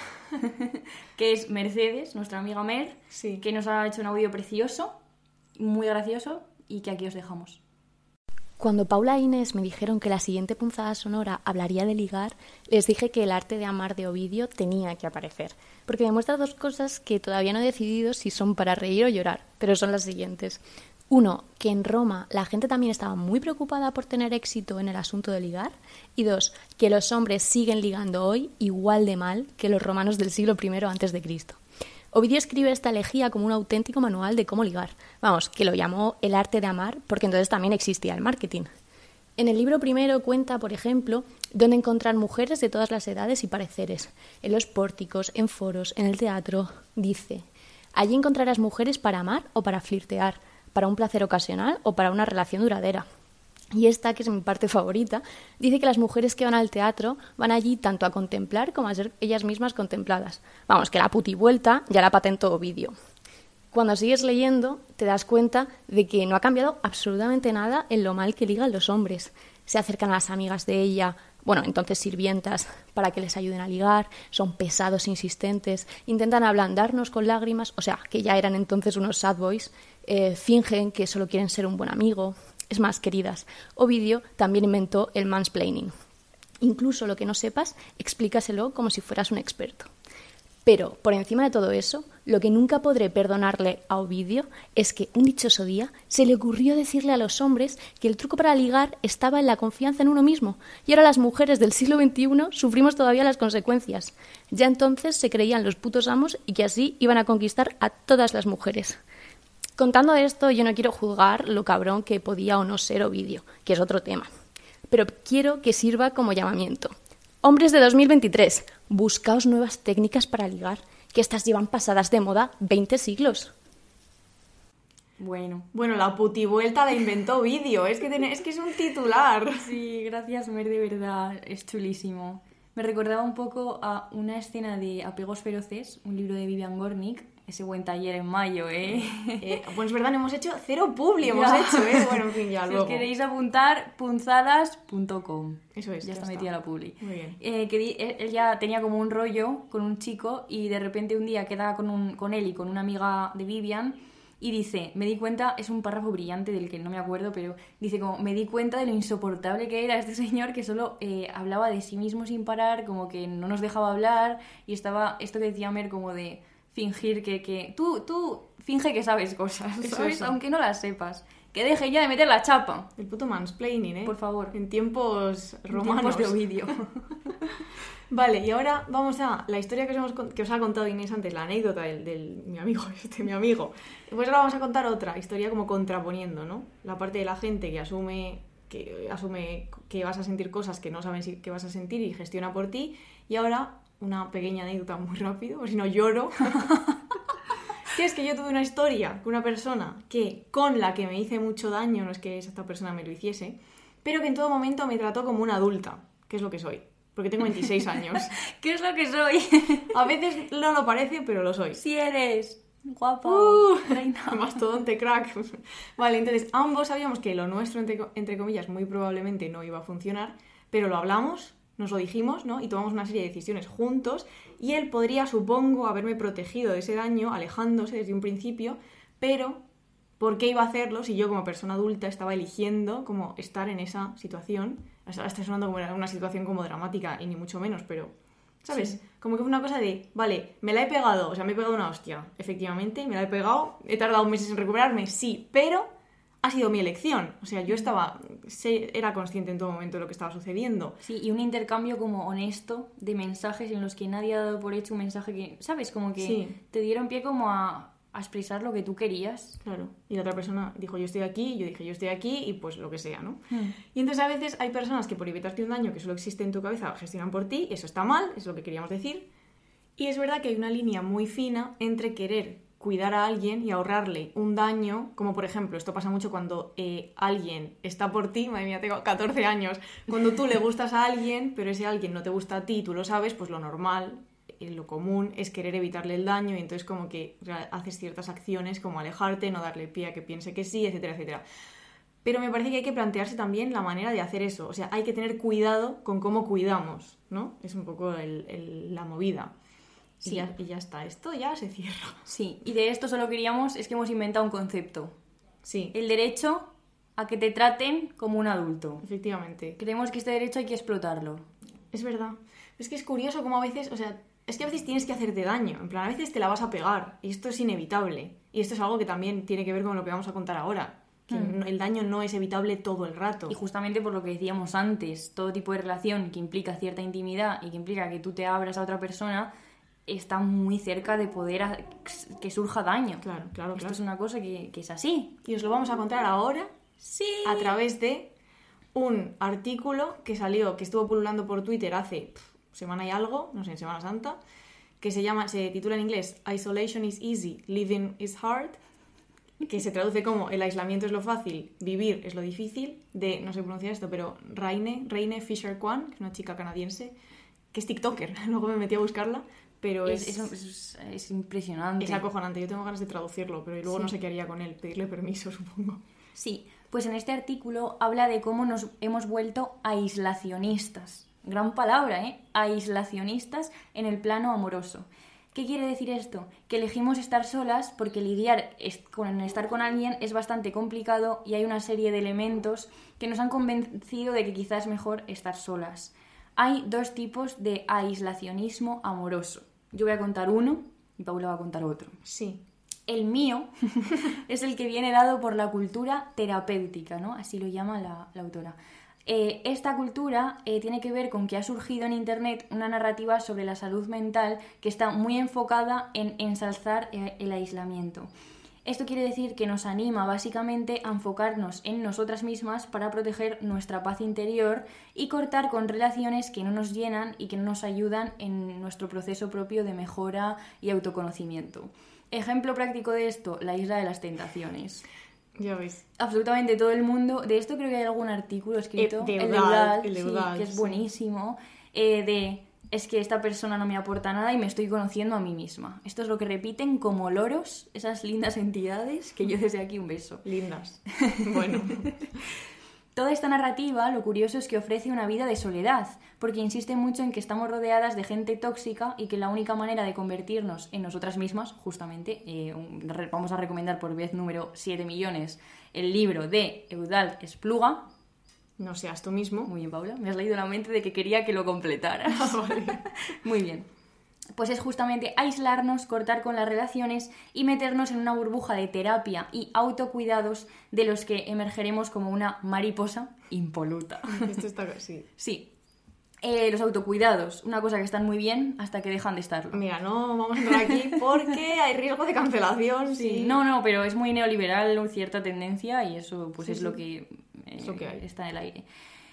que es Mercedes, nuestra amiga Mer, Sí. que nos ha hecho un audio precioso, muy gracioso y que aquí os dejamos. Cuando Paula e Inés me dijeron que la siguiente punzada sonora hablaría de ligar, les dije que el arte de amar de Ovidio tenía que aparecer, porque demuestra dos cosas que todavía no he decidido si son para reír o llorar, pero son las siguientes. Uno, que en Roma la gente también estaba muy preocupada por tener éxito en el asunto de ligar. Y dos, que los hombres siguen ligando hoy igual de mal que los romanos del siglo I a.C. Ovidio escribe esta elegía como un auténtico manual de cómo ligar. Vamos, que lo llamó el arte de amar porque entonces también existía el marketing. En el libro primero cuenta, por ejemplo, dónde encontrar mujeres de todas las edades y pareceres. En los pórticos, en foros, en el teatro. Dice, allí encontrarás mujeres para amar o para flirtear, para un placer ocasional o para una relación duradera. Y esta, que es mi parte favorita, dice que las mujeres que van al teatro van allí tanto a contemplar como a ser ellas mismas contempladas. Vamos, que la putivuelta ya la patentó Ovidio. Cuando sigues leyendo, te das cuenta de que no ha cambiado absolutamente nada en lo mal que ligan los hombres. Se acercan a las amigas de ella, bueno, entonces sirvientas, para que les ayuden a ligar, son pesados, insistentes, intentan ablandarnos con lágrimas, o sea, que ya eran entonces unos sad boys, fingen que solo quieren ser un buen amigo. Es más, queridas, Ovidio también inventó el mansplaining. Incluso lo que no sepas, explícaselo como si fueras un experto. Pero, por encima de todo eso, lo que nunca podré perdonarle a Ovidio es que un dichoso día se le ocurrió decirle a los hombres que el truco para ligar estaba en la confianza en uno mismo, y ahora las mujeres del siglo XXI sufrimos todavía las consecuencias. Ya entonces se creían los putos amos y que así iban a conquistar a todas las mujeres. Contando esto, yo no quiero juzgar lo cabrón que podía o no ser Ovidio, que es otro tema. Pero quiero que sirva como llamamiento. Hombres de 2023, buscaos nuevas técnicas para ligar, que estas llevan pasadas de moda 20 siglos. Bueno. Bueno, la putivuelta la inventó Ovidio. Es que es un titular. Sí, gracias, Mer, de verdad, es chulísimo. Me recordaba un poco a una escena de Apegos feroces, un libro de Vivian Gornick, ese buen taller en mayo, Pues es verdad, no hemos hecho cero publi, Bueno, en fin, ya si luego. os queréis apuntar, punzadas.com. Eso es, ya está metida la publi. Muy bien. Él ya tenía como un rollo con un chico y de repente un día queda con él y con una amiga de Vivian y dice, me di cuenta, es un párrafo brillante del que no me acuerdo, pero dice como, me di cuenta de lo insoportable que era este señor que solo hablaba de sí mismo sin parar, como que no nos dejaba hablar y estaba esto que decía Mer como de fingir que tú finge que sabes cosas, ¿sabes? Eso. Aunque no las sepas. Que deje ya de meter la chapa. El puto mansplaining, Por favor. En tiempos En romanos. tiempos de Ovidio. Vale, y ahora vamos a la historia que os ha contado Inés antes, la anécdota del mi amigo, mi amigo. Pues ahora vamos a contar otra historia como contraponiendo, ¿no? La parte de la gente que asume que vas a sentir cosas que no saben que vas a sentir y gestiona por ti. Y ahora una pequeña anécdota muy rápido, o si no lloro. Que es que yo tuve una historia con una persona con la que me hice mucho daño, no es que esta persona me lo hiciese, pero que en todo momento me trató como una adulta, que es lo que soy, porque tengo 26 años. ¿Qué es lo que soy? A veces no lo parece, pero lo soy. Si eres guapa, reina. Mastodonte crack. Vale, entonces ambos sabíamos que lo nuestro, entre comillas, muy probablemente no iba a funcionar, pero lo hablamos, nos lo dijimos, ¿no? Y tomamos una serie de decisiones juntos y él podría, supongo, haberme protegido de ese daño, alejándose desde un principio, pero ¿por qué iba a hacerlo si yo como persona adulta estaba eligiendo como estar en esa situación? Está sonando como una situación como dramática y ni mucho menos, pero ¿sabes? Sí. Como que fue una cosa de, vale, me la he pegado, o sea, me he pegado una hostia, efectivamente, me la he pegado, he tardado meses en recuperarme, sí, pero ha sido mi elección, o sea, yo era consciente en todo momento de lo que estaba sucediendo. Sí, y un intercambio como honesto de mensajes en los que nadie ha dado por hecho un mensaje que, ¿sabes? Como que sí, te dieron pie como a expresar lo que tú querías. Claro, y la otra persona dijo yo estoy aquí, yo dije yo estoy aquí y pues lo que sea, ¿no? Y entonces a veces hay personas que por evitarte un daño que solo existe en tu cabeza gestionan por ti, eso está mal, es lo que queríamos decir. Y es verdad que hay una línea muy fina entre querer cuidar a alguien y ahorrarle un daño, como por ejemplo, esto pasa mucho cuando alguien está por ti, madre mía, tengo 14 años, cuando tú le gustas a alguien, pero ese alguien no te gusta a ti, tú lo sabes, pues lo normal, lo común es querer evitarle el daño y entonces como que haces ciertas acciones como alejarte, no darle pie a que piense que sí, etcétera, etcétera. Pero me parece que hay que plantearse también la manera de hacer eso, o sea, hay que tener cuidado con cómo cuidamos, ¿no? Es un poco la movida. Sí. Y ya está, esto ya se cierra. Sí, y de esto solo queríamos, es que hemos inventado un concepto. Sí. El derecho a que te traten como un adulto. Efectivamente. Creemos que este derecho hay que explotarlo. Es verdad. Es que es curioso cómo a veces, o sea, es que a veces tienes que hacerte daño. En plan, a veces te la vas a pegar. Y esto es inevitable. Y esto es algo que también tiene que ver con lo que vamos a contar ahora. Que el daño no es evitable todo el rato. Y justamente por lo que decíamos antes, todo tipo de relación que implica cierta intimidad y que implica que tú te abras a otra persona está muy cerca de poder que surja daño. Claro. Esto es una cosa que es así. Y os lo vamos a contar ahora a través de un artículo que salió, que estuvo pululando por Twitter hace semana y algo, no sé, en Semana Santa, que se titula en inglés Isolation is easy, living is hard, que se traduce como el aislamiento es lo fácil, vivir es lo difícil, de, no sé pronunciar esto, pero Raine Fisher-Kwan, que es una chica canadiense, que es TikToker, luego me metí a buscarla, pero es impresionante. Es acojonante, yo tengo ganas de traducirlo, pero luego no sé qué haría con él, pedirle permiso, supongo. Sí, pues en este artículo habla de cómo nos hemos vuelto aislacionistas. Gran palabra, ¿eh? Aislacionistas en el plano amoroso. ¿Qué quiere decir esto? Que elegimos estar solas porque lidiar con estar con alguien es bastante complicado y hay una serie de elementos que nos han convencido de que quizás es mejor estar solas. Hay dos tipos de aislacionismo amoroso. Yo voy a contar uno y Paula va a contar otro. Sí. El mío es el que viene dado por la cultura terapéutica, ¿no? Así lo llama la autora. Esta cultura tiene que ver con que ha surgido en Internet una narrativa sobre la salud mental que está muy enfocada en ensalzar el aislamiento. Esto quiere decir que nos anima básicamente a enfocarnos en nosotras mismas para proteger nuestra paz interior y cortar con relaciones que no nos llenan y que no nos ayudan en nuestro proceso propio de mejora y autoconocimiento. Ejemplo práctico de esto, la isla de las tentaciones. Ya ves. Absolutamente todo el mundo, de esto creo que hay algún artículo escrito, el de Eudald, sí, que es buenísimo, es que esta persona no me aporta nada y me estoy conociendo a mí misma. Esto es lo que repiten como loros esas lindas entidades, que yo desde aquí un beso. Lindas. Bueno. Toda esta narrativa, lo curioso es que ofrece una vida de soledad, porque insiste mucho en que estamos rodeadas de gente tóxica y que la única manera de convertirnos en nosotras mismas, justamente, vamos a recomendar por vez número 7 millones el libro de Eudald Espluga. No seas tú mismo. Muy bien, Paula, me has leído la mente de que quería que lo completaras. Vale. Muy bien. Pues es justamente aislarnos, cortar con las relaciones y meternos en una burbuja de terapia y autocuidados de los que emergeremos como una mariposa impoluta. Esto está así. Sí. Los autocuidados, una cosa que están muy bien hasta que dejan de estarlo. Mira, no vamos a entrar aquí porque hay riesgo de cancelación. Sí. No, pero es muy neoliberal cierta tendencia y eso pues es lo que, hay. Está en el aire.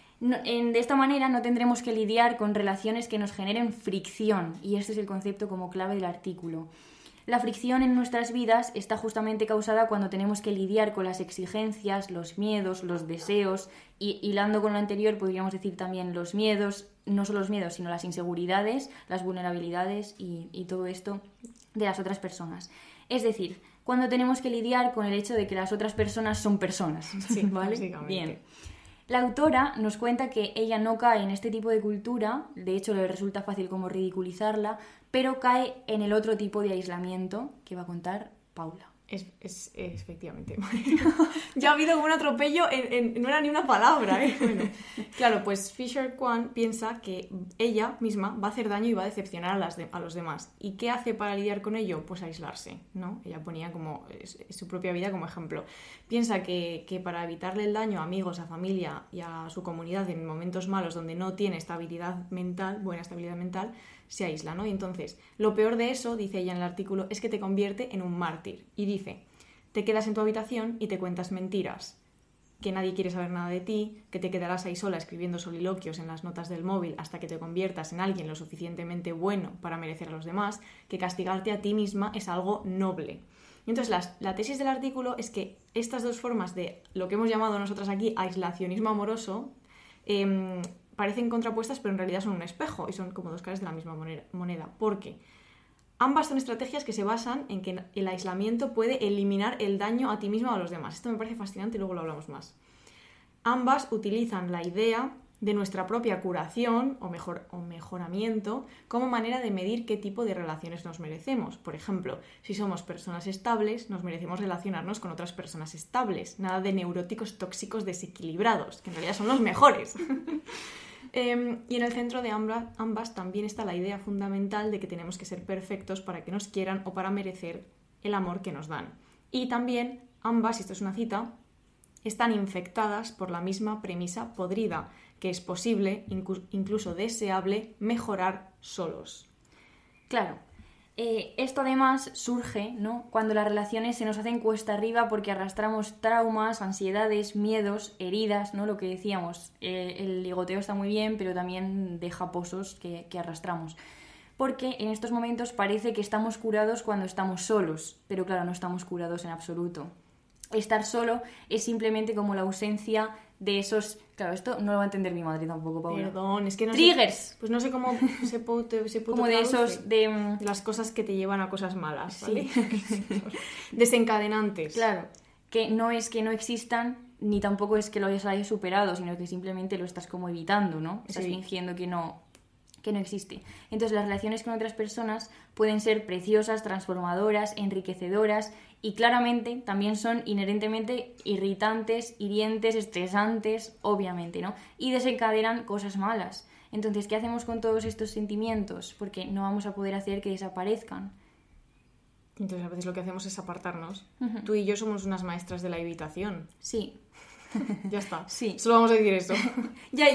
De esta manera no tendremos que lidiar con relaciones que nos generen fricción, y este es el concepto como clave del artículo. La fricción en nuestras vidas está justamente causada cuando tenemos que lidiar con las exigencias, los miedos, los deseos, y hilando con lo anterior podríamos decir también los miedos, no solo los miedos, sino las inseguridades, las vulnerabilidades y todo esto de las otras personas. Es decir, cuando tenemos que lidiar con el hecho de que las otras personas son personas. Sí, ¿vale? básicamente. Bien. La autora nos cuenta que ella no cae en este tipo de cultura, de hecho le resulta fácil como ridiculizarla, pero cae en el otro tipo de aislamiento que va a contar Paula. Es efectivamente. Ya ha habido como un atropello, no era ni una palabra, ¿eh? Bueno, claro, pues Fisher-Kwan piensa que ella misma va a hacer daño y va a decepcionar a los demás. ¿Y qué hace para lidiar con ello? Pues aislarse, ¿no? Ella ponía como su propia vida como ejemplo. Piensa que para evitarle el daño a amigos, a familia y a su comunidad en momentos malos donde no tiene buena estabilidad mental, se aísla, ¿no? Y entonces, lo peor de eso, dice ella en el artículo, es que te convierte en un mártir. Y dice, te quedas en tu habitación y te cuentas mentiras. que nadie quiere saber nada de ti, que te quedarás ahí sola escribiendo soliloquios en las notas del móvil hasta que te conviertas en alguien lo suficientemente bueno para merecer a los demás, que castigarte a ti misma es algo noble. Y entonces la tesis del artículo es que estas dos formas de lo que hemos llamado nosotras aquí aislacionismo amoroso parecen contrapuestas, pero en realidad son un espejo y son como dos caras de la misma moneda. ¿Por qué? Ambas son estrategias que se basan en que el aislamiento puede eliminar el daño a ti mismo o a los demás. Esto me parece fascinante y luego lo hablamos más. Ambas utilizan la idea de nuestra propia curación o mejoramiento como manera de medir qué tipo de relaciones nos merecemos. Por ejemplo, si somos personas estables, nos merecemos relacionarnos con otras personas estables. Nada de neuróticos tóxicos desequilibrados, que en realidad son los mejores. Y en el centro de ambas también está la idea fundamental de que tenemos que ser perfectos para que nos quieran o para merecer el amor que nos dan. Y también ambas, y esto es una cita, están infectadas por la misma premisa podrida, que es posible, incluso deseable, mejorar solos. Claro. Esto además surge, ¿no?, cuando las relaciones se nos hacen cuesta arriba porque arrastramos traumas, ansiedades, miedos, heridas, ¿no? Lo que decíamos, el ligoteo está muy bien, pero también deja pozos que arrastramos. Porque en estos momentos parece que estamos curados cuando estamos solos, pero claro, no estamos curados en absoluto. Estar solo es simplemente como la ausencia de esos... Claro, esto no lo va a entender mi madre tampoco, Paula. Perdón, es que no ¡Triggers! sé... Pues no sé cómo se puede como de esos... De las cosas que te llevan a cosas malas, ¿vale? Sí. Desencadenantes. Claro, que no es que no existan, ni tampoco es que lo hayas superado, sino que simplemente lo estás como evitando, ¿no? Estás fingiendo que no existe. Entonces las relaciones con otras personas pueden ser preciosas, transformadoras, enriquecedoras y claramente también son inherentemente irritantes, hirientes, estresantes, obviamente, ¿no? Y desencadenan cosas malas. Entonces, ¿qué hacemos con todos estos sentimientos? Porque no vamos a poder hacer que desaparezcan. Entonces a veces lo que hacemos es apartarnos. Uh-huh. Tú y yo somos unas maestras de la evitación. Sí. Ya está. Sí. Solo vamos a decir eso. Ya,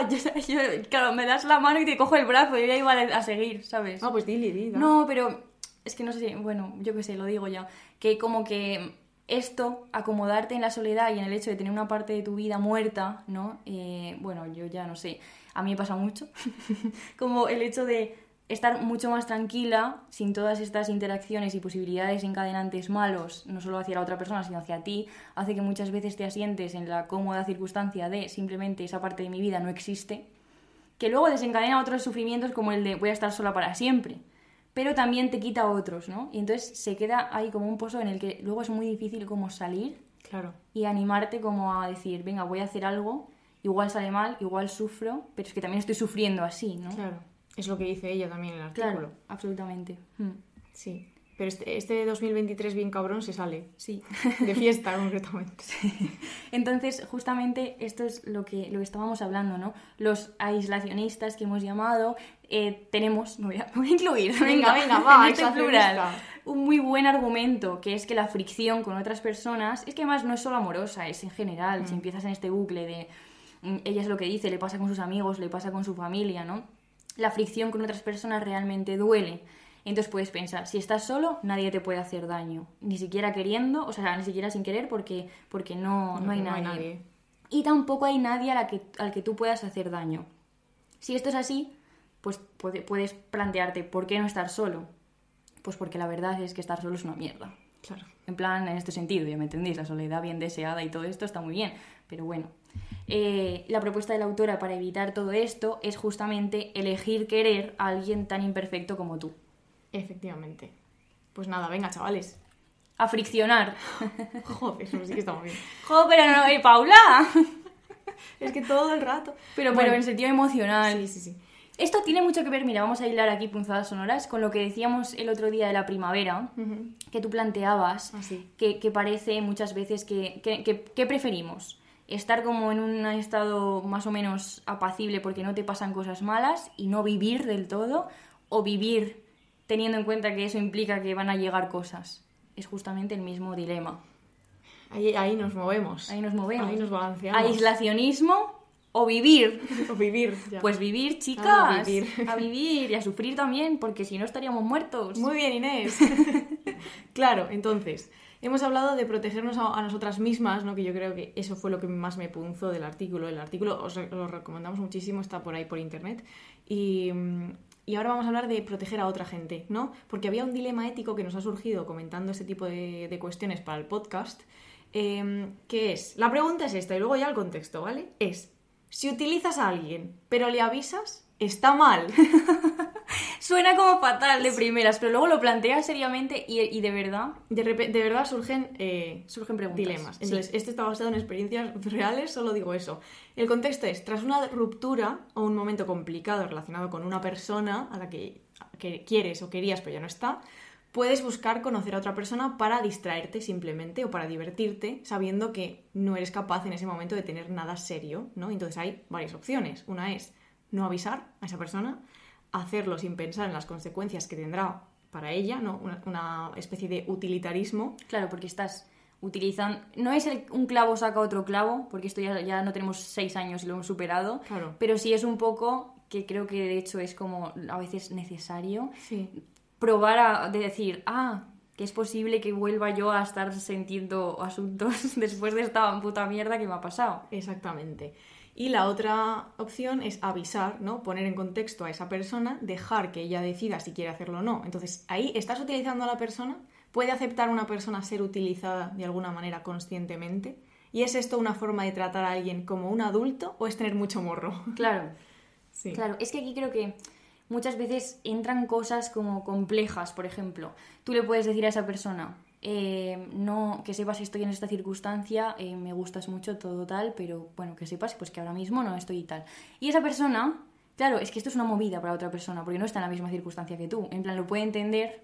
claro, me das la mano y te cojo el brazo. Yo ya iba a seguir, ¿sabes? Ah, pues dile. No, pero es que no sé si... Bueno, yo qué sé, lo digo ya. Que como que esto, acomodarte en la soledad y en el hecho de tener una parte de tu vida muerta, ¿no? Bueno, yo ya no sé. A mí me pasa mucho. Como el hecho de estar mucho más tranquila, sin todas estas interacciones y posibilidades encadenantes malos, no solo hacia la otra persona, sino hacia ti, hace que muchas veces te asientes en la cómoda circunstancia de simplemente esa parte de mi vida no existe, que luego desencadena otros sufrimientos como el de voy a estar sola para siempre, pero también te quita otros, ¿no? Y entonces se queda ahí como un pozo en el que luego es muy difícil como salir. Claro. Y animarte como a decir, venga, voy a hacer algo, igual sale mal, igual sufro, pero es que también estoy sufriendo así, ¿no? Claro. Es lo que dice ella también en el artículo. Claro, absolutamente. Sí. Pero este 2023 bien cabrón se sale. Sí. De fiesta, concretamente. Sí. Entonces, justamente esto es lo que estábamos hablando, ¿no? Los aislacionistas que hemos llamado, tenemos, me voy a incluir, venga, va, en este plural, un muy buen argumento, que es que la fricción con otras personas, es que además no es solo amorosa, es en general. Si empiezas en este bucle de, ella es lo que dice, le pasa con sus amigos, le pasa con su familia, ¿no? La fricción con otras personas realmente duele. Entonces puedes pensar, si estás solo, nadie te puede hacer daño. Ni siquiera queriendo, o sea, ni siquiera sin querer, porque no hay nadie. Y tampoco hay nadie al que tú puedas hacer daño. Si esto es así, pues puedes plantearte, ¿por qué no estar solo? Pues porque la verdad es que estar solo es una mierda. Claro. En plan, en este sentido, ya me entendéis, la soledad bien deseada y todo esto está muy bien, pero bueno. La propuesta de la autora para evitar todo esto es justamente elegir querer a alguien tan imperfecto como tú. Efectivamente. Pues nada, venga, chavales. A friccionar. Joder, eso sí que está muy bien. Joder, pero no, Paula. Es que todo el rato. Pero en sentido emocional. Sí. Esto tiene mucho que ver, mira, vamos a hilar aquí punzadas sonoras con lo que decíamos el otro día de la primavera, que tú planteabas, que parece muchas veces que preferimos. Estar como en un estado más o menos apacible porque no te pasan cosas malas y no vivir del todo, o vivir teniendo en cuenta que eso implica que van a llegar cosas. Es justamente el mismo dilema. Ahí nos movemos. Ahí nos Ahí nos balanceamos. Aislacionismo o vivir. O vivir, ya. Pues vivir, chicas. A vivir y a sufrir también, porque si no estaríamos muertos. Muy bien, Inés. Claro, entonces, hemos hablado de protegernos a nosotras mismas, ¿no? Que yo creo que eso fue lo que más me punzó del artículo. El artículo os lo recomendamos muchísimo, está por ahí por internet. Y ahora vamos a hablar de proteger a otra gente, ¿no? Porque había un dilema ético que nos ha surgido comentando este tipo de cuestiones para el podcast, que es... La pregunta es esta, y luego ya el contexto, ¿vale? Es, si utilizas a alguien, pero le avisas, está mal. Suena como fatal de primeras, pero luego lo planteas seriamente y de verdad... De verdad surgen preguntas. dilemas. Entonces, Este está basado en experiencias reales, solo digo eso. El contexto es, tras una ruptura o un momento complicado relacionado con una persona a la que quieres o querías pero ya no está, puedes buscar conocer a otra persona para distraerte simplemente o para divertirte, sabiendo que no eres capaz en ese momento de tener nada serio, ¿no? Entonces hay varias opciones. Una es no avisar a esa persona, hacerlo sin pensar en las consecuencias que tendrá para ella, ¿no? Una especie de utilitarismo. Claro, porque estás utilizando... No es un clavo saca otro clavo, porque esto ya no tenemos 6 años y lo hemos superado, Claro. Pero sí es un poco, que creo que de hecho es como a veces necesario, Sí. probar de decir, que es posible que vuelva yo a estar sintiendo asuntos después de esta puta mierda que me ha pasado. Exactamente. Y la otra opción es avisar, ¿no? Poner en contexto a esa persona, dejar que ella decida si quiere hacerlo o no. Entonces, ahí estás utilizando a la persona. ¿Puede aceptar una persona ser utilizada de alguna manera conscientemente? ¿Y es esto una forma de tratar a alguien como un adulto o es tener mucho morro? Claro, Sí. claro. Es que aquí creo que muchas veces entran cosas como complejas, por ejemplo. Tú le puedes decir a esa persona... no, que sepas estoy en esta circunstancia, me gustas mucho, todo tal, pero bueno, que sepas pues que ahora mismo no estoy y tal. Y esa persona, claro, es que esto es una movida para otra persona, porque no está en la misma circunstancia que tú. En plan, lo puede entender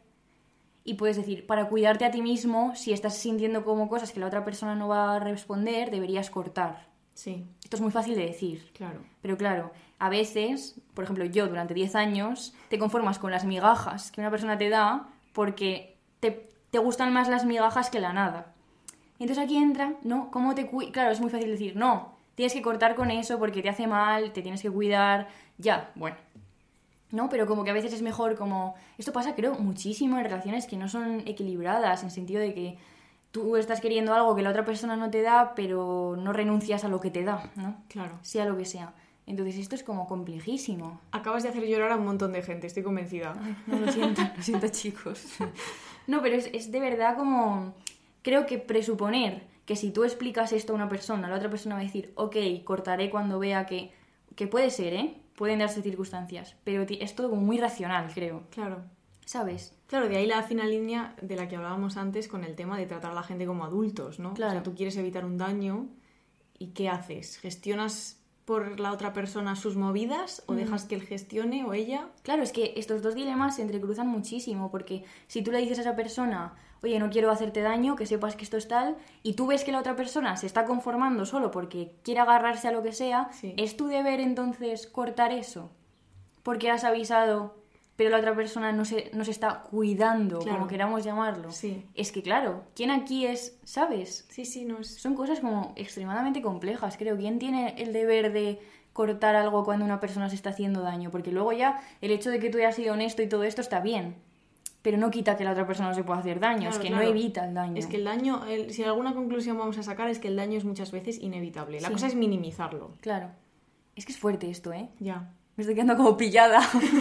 y puedes decir, para cuidarte a ti mismo, si estás sintiendo como cosas que la otra persona no va a responder, deberías cortar. Sí, Esto es muy fácil de decir. claro. Pero claro, a veces, por ejemplo, yo durante 10 años te conformas con las migajas que una persona te da porque te gustan más las migajas que la nada. Entonces aquí entra, ¿no? ¿Cómo te Claro, es muy fácil decir, no, tienes que cortar con eso porque te hace mal, te tienes que cuidar, ya, bueno. ¿No? Pero como que a veces es mejor como... Esto pasa, creo, muchísimo en relaciones que no son equilibradas, en sentido de que tú estás queriendo algo que la otra persona no te da, pero no renuncias a lo que te da, ¿no? Claro. Sea lo que sea. Entonces esto es como complejísimo. Acabas de hacer llorar a un montón de gente, estoy convencida. No, lo siento chicos. No, pero es de verdad como... Creo que presuponer que si tú explicas esto a una persona, la otra persona va a decir, ok, cortaré cuando vea que puede ser, ¿eh? Pueden darse circunstancias, pero es todo como muy racional, creo. Claro. ¿Sabes? Claro, de ahí la fina línea de la que hablábamos antes con el tema de tratar a la gente como adultos, ¿no? Claro. O sea, tú quieres evitar un daño y ¿qué haces? ¿Gestionas por la otra persona sus movidas o dejas que él gestione o ella? Claro, es que estos dos dilemas se entrecruzan muchísimo, porque si tú le dices a esa persona, oye, no quiero hacerte daño, que sepas que esto es tal, y tú ves que la otra persona se está conformando solo porque quiere agarrarse a lo que sea, Sí. ¿es tu deber entonces cortar eso? Porque has avisado, pero la otra persona no se está cuidando, Claro. como queramos llamarlo. Sí. Es que claro, ¿quién aquí es, sabes? Sí, no es... Son cosas como extremadamente complejas, creo. ¿Quién tiene el deber de cortar algo cuando una persona se está haciendo daño? Porque luego ya el hecho de que tú hayas sido honesto y todo esto está bien, pero no quita que la otra persona no se pueda hacer daño, Claro, es que claro. no evita el daño. Es que el daño, si alguna conclusión vamos a sacar es que el daño es muchas veces inevitable. La Sí. cosa es minimizarlo. Claro. Es que es fuerte esto, ¿eh? Ya. Me estoy quedando como pillada.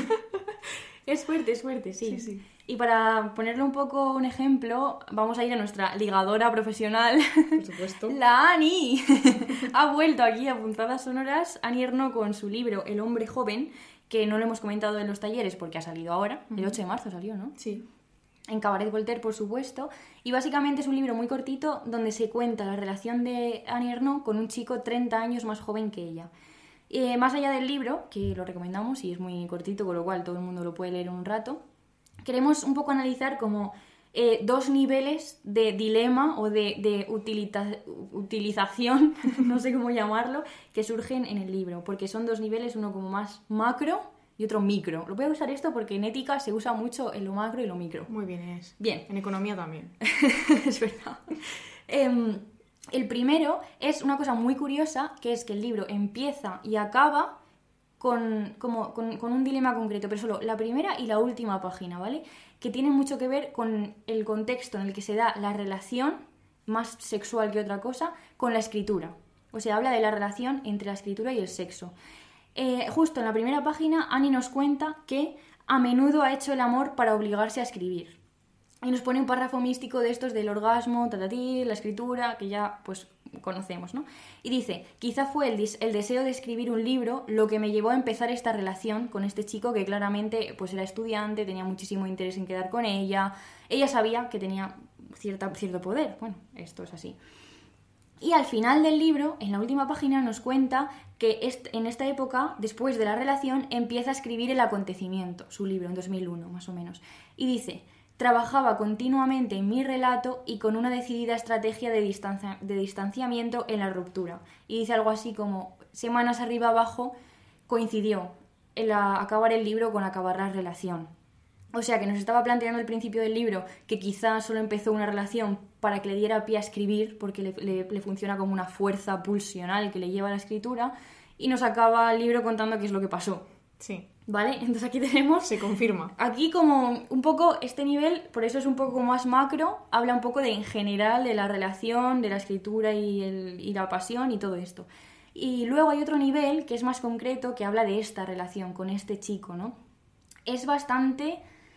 Es fuerte, sí. Sí, sí. Y para ponerle un poco un ejemplo, vamos a ir a nuestra ligadora profesional, Por supuesto. la Ani. Ha vuelto aquí a Puntadas Sonoras, Ani Ernaux, con su libro El hombre joven, que no lo hemos comentado en los talleres porque ha salido ahora, el 8 de marzo salió, ¿no? Sí. En Cabaret Voltaire, por supuesto, y básicamente es un libro muy cortito donde se cuenta la relación de Ani Ernaux con un chico 30 años más joven que ella. Más allá del libro, que lo recomendamos y es muy cortito, con lo cual todo el mundo lo puede leer en un rato, queremos un poco analizar como dos niveles de dilema o de utilización, no sé cómo llamarlo, que surgen en el libro, porque son dos niveles, uno como más macro y otro micro. Lo voy a usar esto porque en ética se usa mucho en lo macro y lo micro. Muy bien es. Bien. En economía también. Es verdad. El primero es una cosa muy curiosa, que es que el libro empieza y acaba con un dilema concreto, pero solo la primera y la última página, ¿vale? Que tiene mucho que ver con el contexto en el que se da la relación, más sexual que otra cosa, con la escritura. O sea, habla de la relación entre la escritura y el sexo. Justo en la primera página, Annie nos cuenta que a menudo ha hecho el amor para obligarse a escribir. Y nos pone un párrafo místico de estos del orgasmo, la escritura, que ya pues conocemos, ¿no? Y dice, quizá fue el deseo de escribir un libro lo que me llevó a empezar esta relación con este chico que claramente pues era estudiante, tenía muchísimo interés en quedar con ella. Ella sabía que tenía cierto poder. Bueno, esto es así. Y al final del libro, en la última página, nos cuenta que en esta época, después de la relación, empieza a escribir El acontecimiento, su libro, en 2001 más o menos. Y dice, trabajaba continuamente en mi relato y con una decidida estrategia de distanciamiento en la ruptura. Y dice algo así como, semanas arriba abajo, coincidió acabar el libro con acabar la relación. O sea, que nos estaba planteando al principio del libro que quizás solo empezó una relación para que le diera pie a escribir, porque le funciona como una fuerza pulsional que le lleva a la escritura, y nos acaba el libro contando qué es lo que pasó. Sí. ¿Vale? Entonces aquí tenemos... Se confirma. Aquí como un poco este nivel, por eso es un poco más macro, habla un poco de en general de la relación, de la escritura y la pasión y todo esto. Y luego hay otro nivel que es más concreto, que habla de esta relación con este chico, ¿no? Es bastante...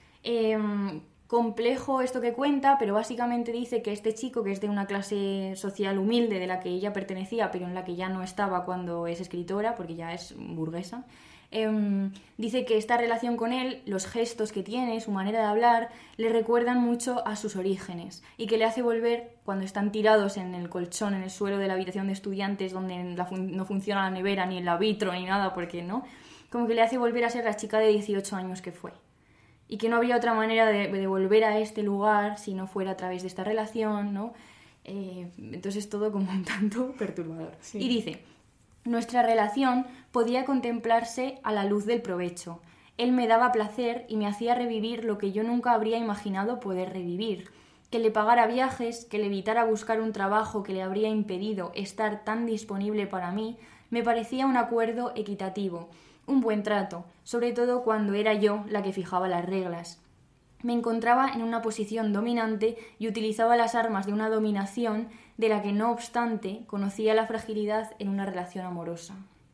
complejo esto que cuenta, pero básicamente dice que este chico, que es de una clase social humilde de la que ella pertenecía, pero en la que ya no estaba cuando es escritora, porque ya es burguesa, dice que esta relación con él, los gestos que tiene, su manera de hablar, le recuerdan mucho a sus orígenes y que le hace volver, cuando están tirados en el colchón, en el suelo de la habitación de estudiantes, donde no funciona la nevera, ni el vitro, ni nada, porque no, como que le hace volver a ser la chica de 18 años que fue. Y que no habría otra manera de volver a este lugar si no fuera a través de esta relación, ¿no? Entonces todo como un tanto perturbador. Sí. Y dice, nuestra relación podía contemplarse a la luz del provecho. Él me daba placer y me hacía revivir lo que yo nunca habría imaginado poder revivir. Que le pagara viajes, que le evitara buscar un trabajo que le habría impedido estar tan disponible para mí, me parecía un acuerdo equitativo. Un buen trato, sobre todo cuando era yo la que fijaba las reglas. Me encontraba en una posición dominante y utilizaba las armas de una dominación de la que, no obstante, conocía la fragilidad en una relación amorosa.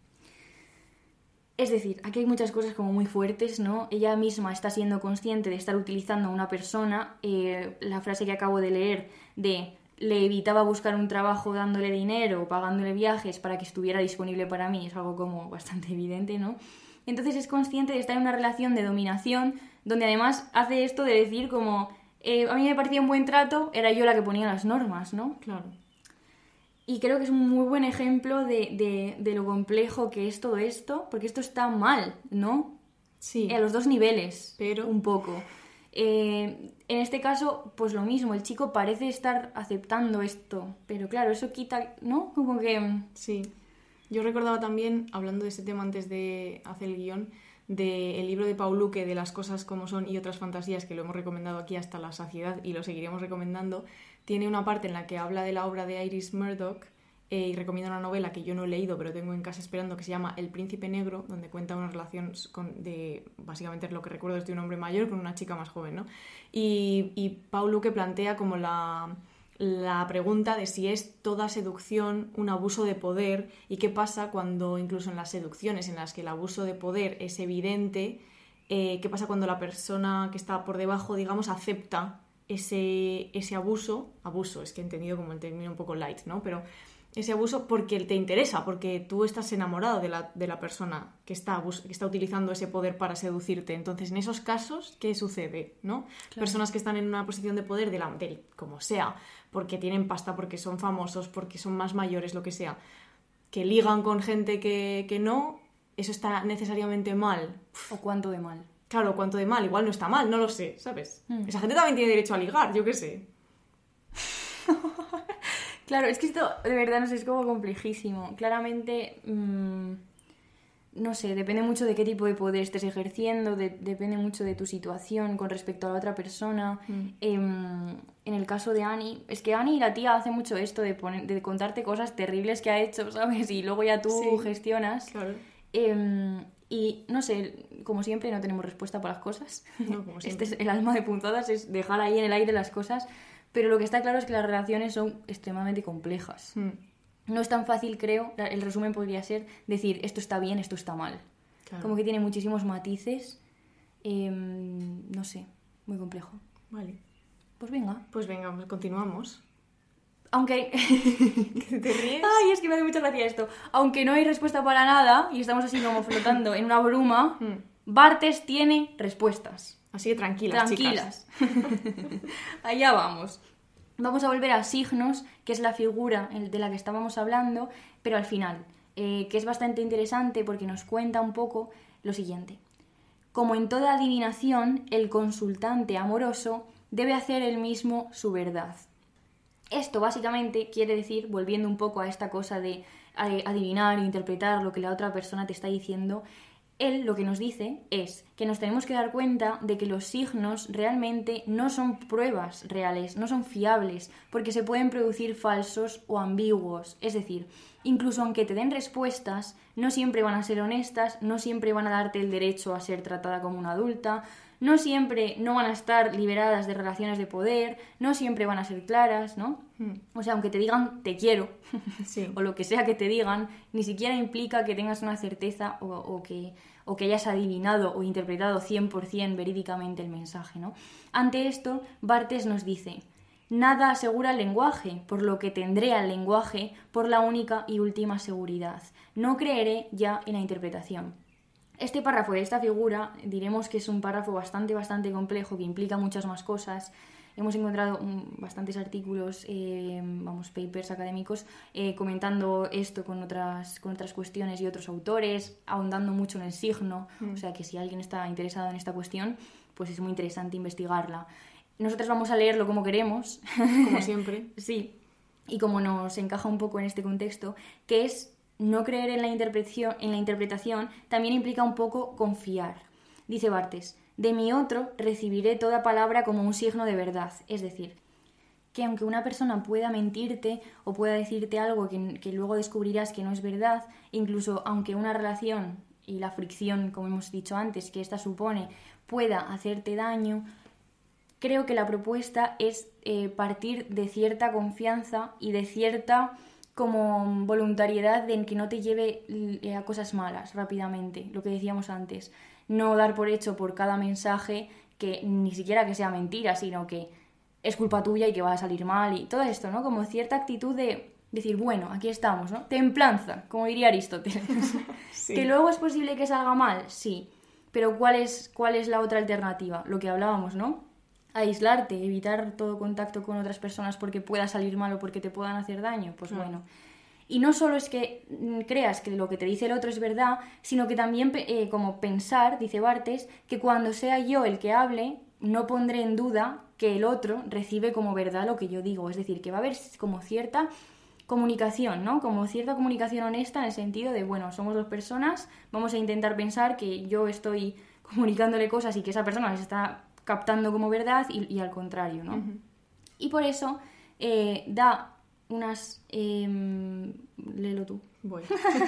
Es decir, aquí hay muchas cosas como muy fuertes, ¿no? Ella misma está siendo consciente de estar utilizando a una persona. La frase que acabo de leer de le evitaba buscar un trabajo dándole dinero o pagándole viajes para que estuviera disponible para mí, es algo como bastante evidente, ¿no? Entonces es consciente de estar en una relación de dominación donde además hace esto de decir como a mí me parecía un buen trato, era yo la que ponía las normas, ¿no? Claro. Y creo que es un muy buen ejemplo de lo complejo que es todo esto, porque esto está mal, ¿no? Sí. A los dos niveles, pero un poco. En este caso, pues lo mismo, el chico parece estar aceptando esto, pero claro, eso quita, ¿no? Como que... Sí. Yo recordaba también, hablando de este tema antes de hacer el guión, del libro de Paul Luque, de Las cosas como son y otras fantasías, que lo hemos recomendado aquí hasta la saciedad y lo seguiremos recomendando. Tiene una parte en la que habla de la obra de Iris Murdoch y recomienda una novela que yo no he leído pero tengo en casa esperando, que se llama El príncipe negro, donde cuenta una relación básicamente es lo que recuerdo, es de un hombre mayor con una chica más joven, ¿no? Y Paul Luque plantea como la pregunta de si es toda seducción un abuso de poder y qué pasa cuando incluso en las seducciones en las que el abuso de poder es evidente, qué pasa cuando la persona que está por debajo, digamos, acepta ese abuso, es que he entendido como el término un poco light, ¿no? Pero ese abuso porque te interesa, porque tú estás enamorado de la persona que está utilizando ese poder para seducirte. Entonces, en esos casos, ¿qué sucede? ¿No? Claro. Personas que están en una posición de poder, como sea, porque tienen pasta, porque son famosos, porque son más mayores, lo que sea, que ligan con gente que no, eso está necesariamente mal. ¿O cuánto de mal? Claro, cuánto de mal. Igual no está mal, no lo sé, ¿sabes? Esa gente también tiene derecho a ligar, yo qué sé. Claro, es que esto de verdad no sé, es como complejísimo. Claramente, no sé, depende mucho de qué tipo de poder estés ejerciendo, depende mucho de tu situación con respecto a la otra persona. En el caso de Annie, es que Annie, la tía, hace mucho esto de contarte cosas terribles que ha hecho, ¿sabes? Y luego ya tú gestionas. Claro. Y no sé, como siempre no tenemos respuesta para las cosas. No, como siempre. Este es el alma de punzadas, es dejar ahí en el aire las cosas. Pero lo que está claro es que las relaciones son extremadamente complejas. No es tan fácil, creo, el resumen podría ser decir esto está bien, esto está mal. Claro. Como que tiene muchísimos matices. No sé, muy complejo. Vale. Pues venga. Pues venga, pues continuamos. Aunque... ¿Te ríes? Ay, es que me hace mucha gracia esto. Aunque no hay respuesta para nada y estamos así como flotando en una bruma, Bartes tiene respuestas. Así que tranquilas, chicas. Allá vamos. Vamos a volver a signos, que es la figura de la que estábamos hablando, pero al final, que es bastante interesante porque nos cuenta un poco lo siguiente. Como en toda adivinación, el consultante amoroso debe hacer él mismo su verdad. Esto básicamente quiere decir, volviendo un poco a esta cosa de adivinar e interpretar lo que la otra persona te está diciendo, él lo que nos dice es que nos tenemos que dar cuenta de que los signos realmente no son pruebas reales, no son fiables, porque se pueden producir falsos o ambiguos. Es decir, incluso aunque te den respuestas, no siempre van a ser honestas, no siempre van a darte el derecho a ser tratada como una adulta, no siempre no van a estar liberadas de relaciones de poder, no siempre van a ser claras, ¿no? O sea, aunque te digan te quiero, Sí. o lo que sea que te digan, ni siquiera implica que tengas una certeza o que hayas adivinado o interpretado 100% verídicamente el mensaje, ¿no? Ante esto, Bartes nos dice: nada asegura el lenguaje, por lo que tendré al lenguaje por la única y última seguridad. No creeré ya en la interpretación. Este párrafo de esta figura diremos que es un párrafo bastante complejo, que implica muchas más cosas. Hemos encontrado bastantes artículos, papers académicos, comentando esto con otras cuestiones y otros autores, ahondando mucho en el signo. O sea que si alguien está interesado en esta cuestión, pues es muy interesante investigarla. Nosotros vamos a leerlo como queremos. Como siempre. Sí, y como nos encaja un poco en este contexto, que es no creer en la interpretación, también implica un poco confiar. Dice Bartes: de mi otro recibiré toda palabra como un signo de verdad. Es decir, que aunque una persona pueda mentirte o pueda decirte algo que luego descubrirás que no es verdad, incluso aunque una relación y la fricción, como hemos dicho antes, que esta supone, pueda hacerte daño, creo que la propuesta es partir de cierta confianza y de cierta como voluntariedad de que no te lleve a cosas malas rápidamente, lo que decíamos antes. No dar por hecho por cada mensaje que ni siquiera que sea mentira, sino que es culpa tuya y que va a salir mal y todo esto, ¿no? Como cierta actitud de decir, bueno, aquí estamos, ¿no? Templanza, como diría Aristóteles. Sí. ¿Que luego es posible que salga mal? Sí. Pero ¿cuál es la otra alternativa? Lo que hablábamos, ¿no? Aislarte, evitar todo contacto con otras personas porque pueda salir mal o porque te puedan hacer daño. Pues bueno. Y no solo es que creas que lo que te dice el otro es verdad, sino que también como pensar, dice Bartes, que cuando sea yo el que hable, no pondré en duda que el otro recibe como verdad lo que yo digo. Es decir, que va a haber como cierta comunicación, ¿no? Como cierta comunicación honesta en el sentido de, bueno, somos dos personas, vamos a intentar pensar que yo estoy comunicándole cosas y que esa persona las está captando como verdad y al contrario, ¿no? Uh-huh. Y por eso da unas... léelo tú. Voy.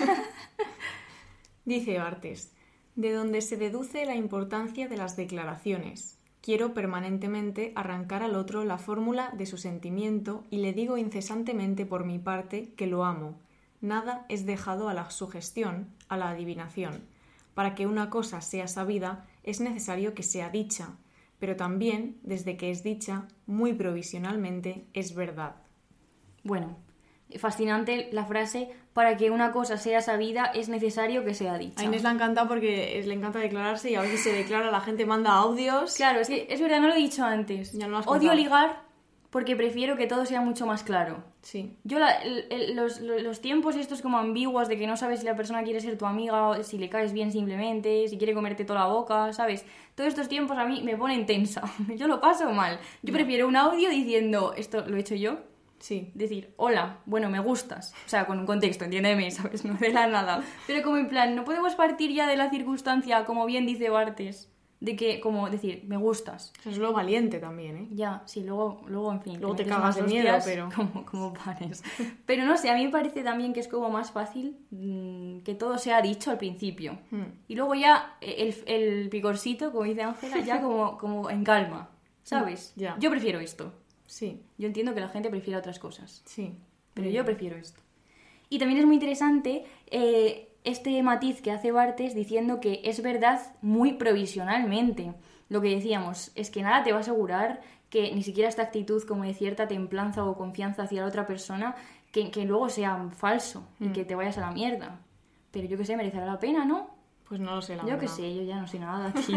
Dice Bartes: de donde se deduce la importancia de las declaraciones. Quiero permanentemente arrancar al otro la fórmula de su sentimiento y le digo incesantemente por mi parte que lo amo. Nada es dejado a la sugestión, a la adivinación. Para que una cosa sea sabida es necesario que sea dicha, pero también, desde que es dicha, muy provisionalmente, es verdad. Bueno, fascinante la frase: para que una cosa sea sabida es necesario que sea dicha. A Inés le ha encantado porque le encanta declararse y a veces se declara, la gente manda audios. Claro, es que es verdad, no lo he dicho antes. Ya no lo has Odio contado. ligar porque prefiero que todo sea mucho más claro. Sí. Yo los tiempos estos como ambiguos de que no sabes si la persona quiere ser tu amiga o si le caes bien simplemente, si quiere comerte toda la boca, ¿sabes? Todos estos tiempos a mí me ponen tensa. Yo lo paso mal. Yo prefiero un audio diciendo, esto lo he hecho yo. Sí. Decir, hola, bueno, me gustas. O sea, con un contexto, entiéndeme, ¿sabes? No de la nada. Pero como en plan, no podemos partir ya de la circunstancia, como bien dice Bartes, de que, como decir, me gustas. O sea, es lo valiente también, ¿eh? Ya, sí, luego en fin. Luego te metes cagas unas de miedo, hostias pero... Como pares. Pero no sé, a mí me parece también que es como más fácil que todo sea dicho al principio. Y luego ya el picorcito, como dice Ángela, ya como en calma, ¿sabes? Ya. Yo prefiero esto. Sí, Yo entiendo que la gente prefiere otras cosas, sí. pero yo prefiero esto. Y también es muy interesante este matiz que hace Barthes diciendo que es verdad muy provisionalmente. Lo que decíamos es que nada te va a asegurar que ni siquiera esta actitud como de cierta templanza o confianza hacia la otra persona que luego sea falso y que te vayas a la mierda. Pero yo que sé, merecerá la pena, ¿no? Pues no lo sé, la Yo verdad. que sé, yo ya no sé nada, tío.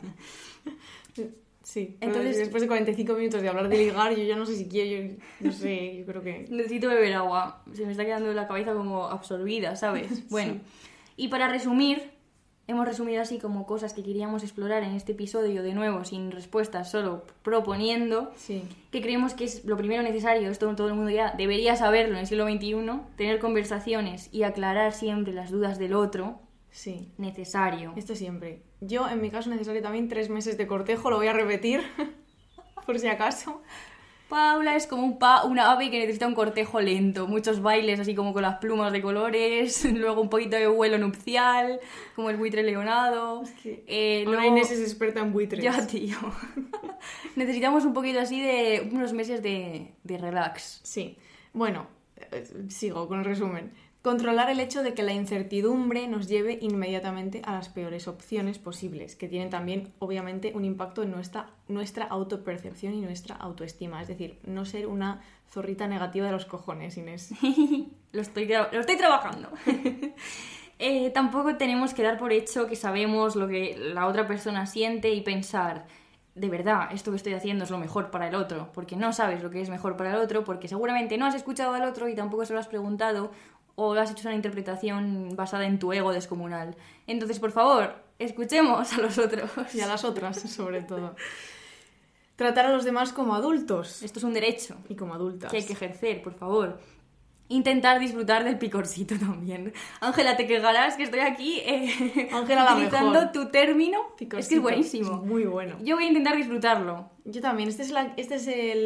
Sí, Entonces- entonces después de 45 minutos de hablar de ligar, yo ya no sé si quiero, yo no sé, yo creo que... Necesito beber agua. Se me está quedando la cabeza como absorbida, ¿sabes? Bueno, y para resumir, hemos resumido así como cosas que queríamos explorar en este episodio, de nuevo, sin respuestas, solo proponiendo, Sí. que creemos que es lo primero necesario, esto todo el mundo ya debería saberlo en el siglo XXI, tener conversaciones y aclarar siempre las dudas del otro, Sí, necesario. esto siempre. Yo, en mi caso, necesario también 3 meses de cortejo, lo voy a repetir, por si acaso. Paula es como una ave que necesita un cortejo lento, muchos bailes así como con las plumas de colores, luego un poquito de vuelo nupcial, como el buitre leonado. Ahora luego... Inés es experta en buitres. Ya, tío. Necesitamos un poquito así de unos meses de relax. Sí. Bueno, sigo con el resumen. Controlar el hecho de que la incertidumbre nos lleve inmediatamente a las peores opciones posibles, que tienen también, obviamente, un impacto en nuestra autopercepción y nuestra autoestima. Es decir, no ser una zorrita negativa de los cojones, Inés. Lo estoy trabajando. Tampoco tenemos que dar por hecho que sabemos lo que la otra persona siente y pensar, de verdad, esto que estoy haciendo es lo mejor para el otro, porque no sabes lo que es mejor para el otro, porque seguramente no has escuchado al otro y tampoco se lo has preguntado, o has hecho una interpretación basada en tu ego descomunal. Entonces, por favor, escuchemos a los otros. Y a las otras, sobre todo. Tratar a los demás como adultos Esto es un derecho y como adultas. que hay que ejercer, por favor. Intentar disfrutar del picorcito también. Ángela, te quejarás que estoy aquí Ángela, la utilizando mejor. tu término. Picorcito. Es que es buenísimo. Es muy bueno. Yo voy a intentar disfrutarlo. Yo también. Este es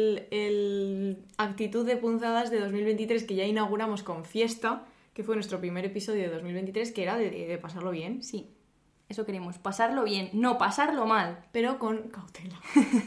el actitud de punzadas de 2023 que ya inauguramos con Fiesta, que fue nuestro primer episodio de 2023, que era de pasarlo bien, Sí, eso queremos. Pasarlo bien, no pasarlo mal. pero con cautela.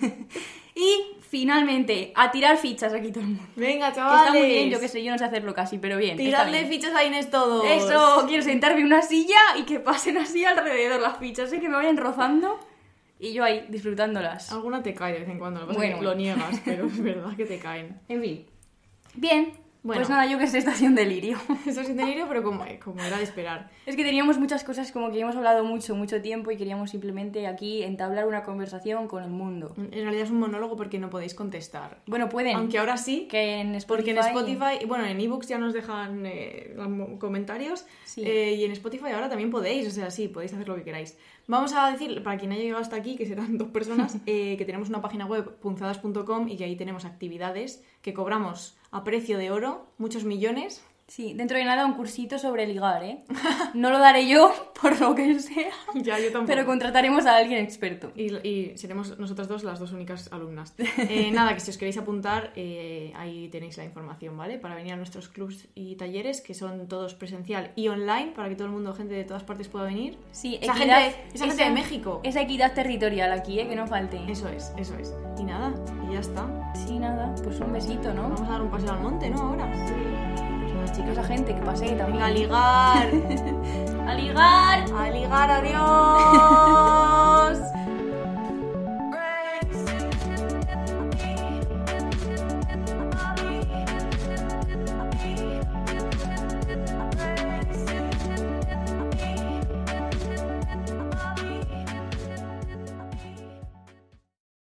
Y finalmente, a tirar fichas aquí todo el mundo. Venga, Que chavales. está muy bien, yo que sé, yo no sé hacerlo casi, pero bien. está Tiradle bien. fichas a Inés todos. Eso, quiero sentarme en una silla y que pasen así alrededor las fichas, que me vayan rozando y yo ahí disfrutándolas. Alguna te cae de vez en cuando, lo que pasa Bueno. es que lo niegas, pero es verdad que te caen. En fin. Bien, Bueno. pues nada, yo que sé, está haciendo delirio. Eso es delirio, pero como era de esperar. Es que teníamos muchas cosas como que hemos hablado mucho tiempo y queríamos simplemente aquí entablar una conversación con el mundo. En realidad es un monólogo porque no podéis contestar. Bueno, pueden. Aunque ahora sí, Que en Spotify... porque en Spotify, bueno, en ebooks ya nos dejan comentarios, Sí. y en Spotify ahora también podéis, o sea, sí, podéis hacer lo que queráis. Vamos a decir, para quien haya llegado hasta aquí, que serán 2 personas, que tenemos una página web, punzadas.com, y que ahí tenemos actividades que cobramos a precio de oro, muchos millones. Sí, dentro de nada un cursito sobre ligar, ¿eh? No lo daré yo, por lo que sea, Ya, yo tampoco. pero contrataremos a alguien experto. Y seremos nosotras dos las 2 únicas alumnas. Nada, que si os queréis apuntar, ahí tenéis la información, ¿vale? Para venir a nuestros clubs y talleres, que son todos presencial y online, para que todo el mundo, gente de todas partes, pueda venir. Sí, Esa equidad- gente de México. Esa equidad territorial aquí, ¿eh? Que no falte. Eso es. Y nada, y ya está. Sí, nada, pues un besito, ¿no? Vamos a dar un paseo al monte, ¿no? Ahora. Pues nada, chicos, esa gente que pasee también. Venga, a ligar. ¡A ligar! A ligar, adiós.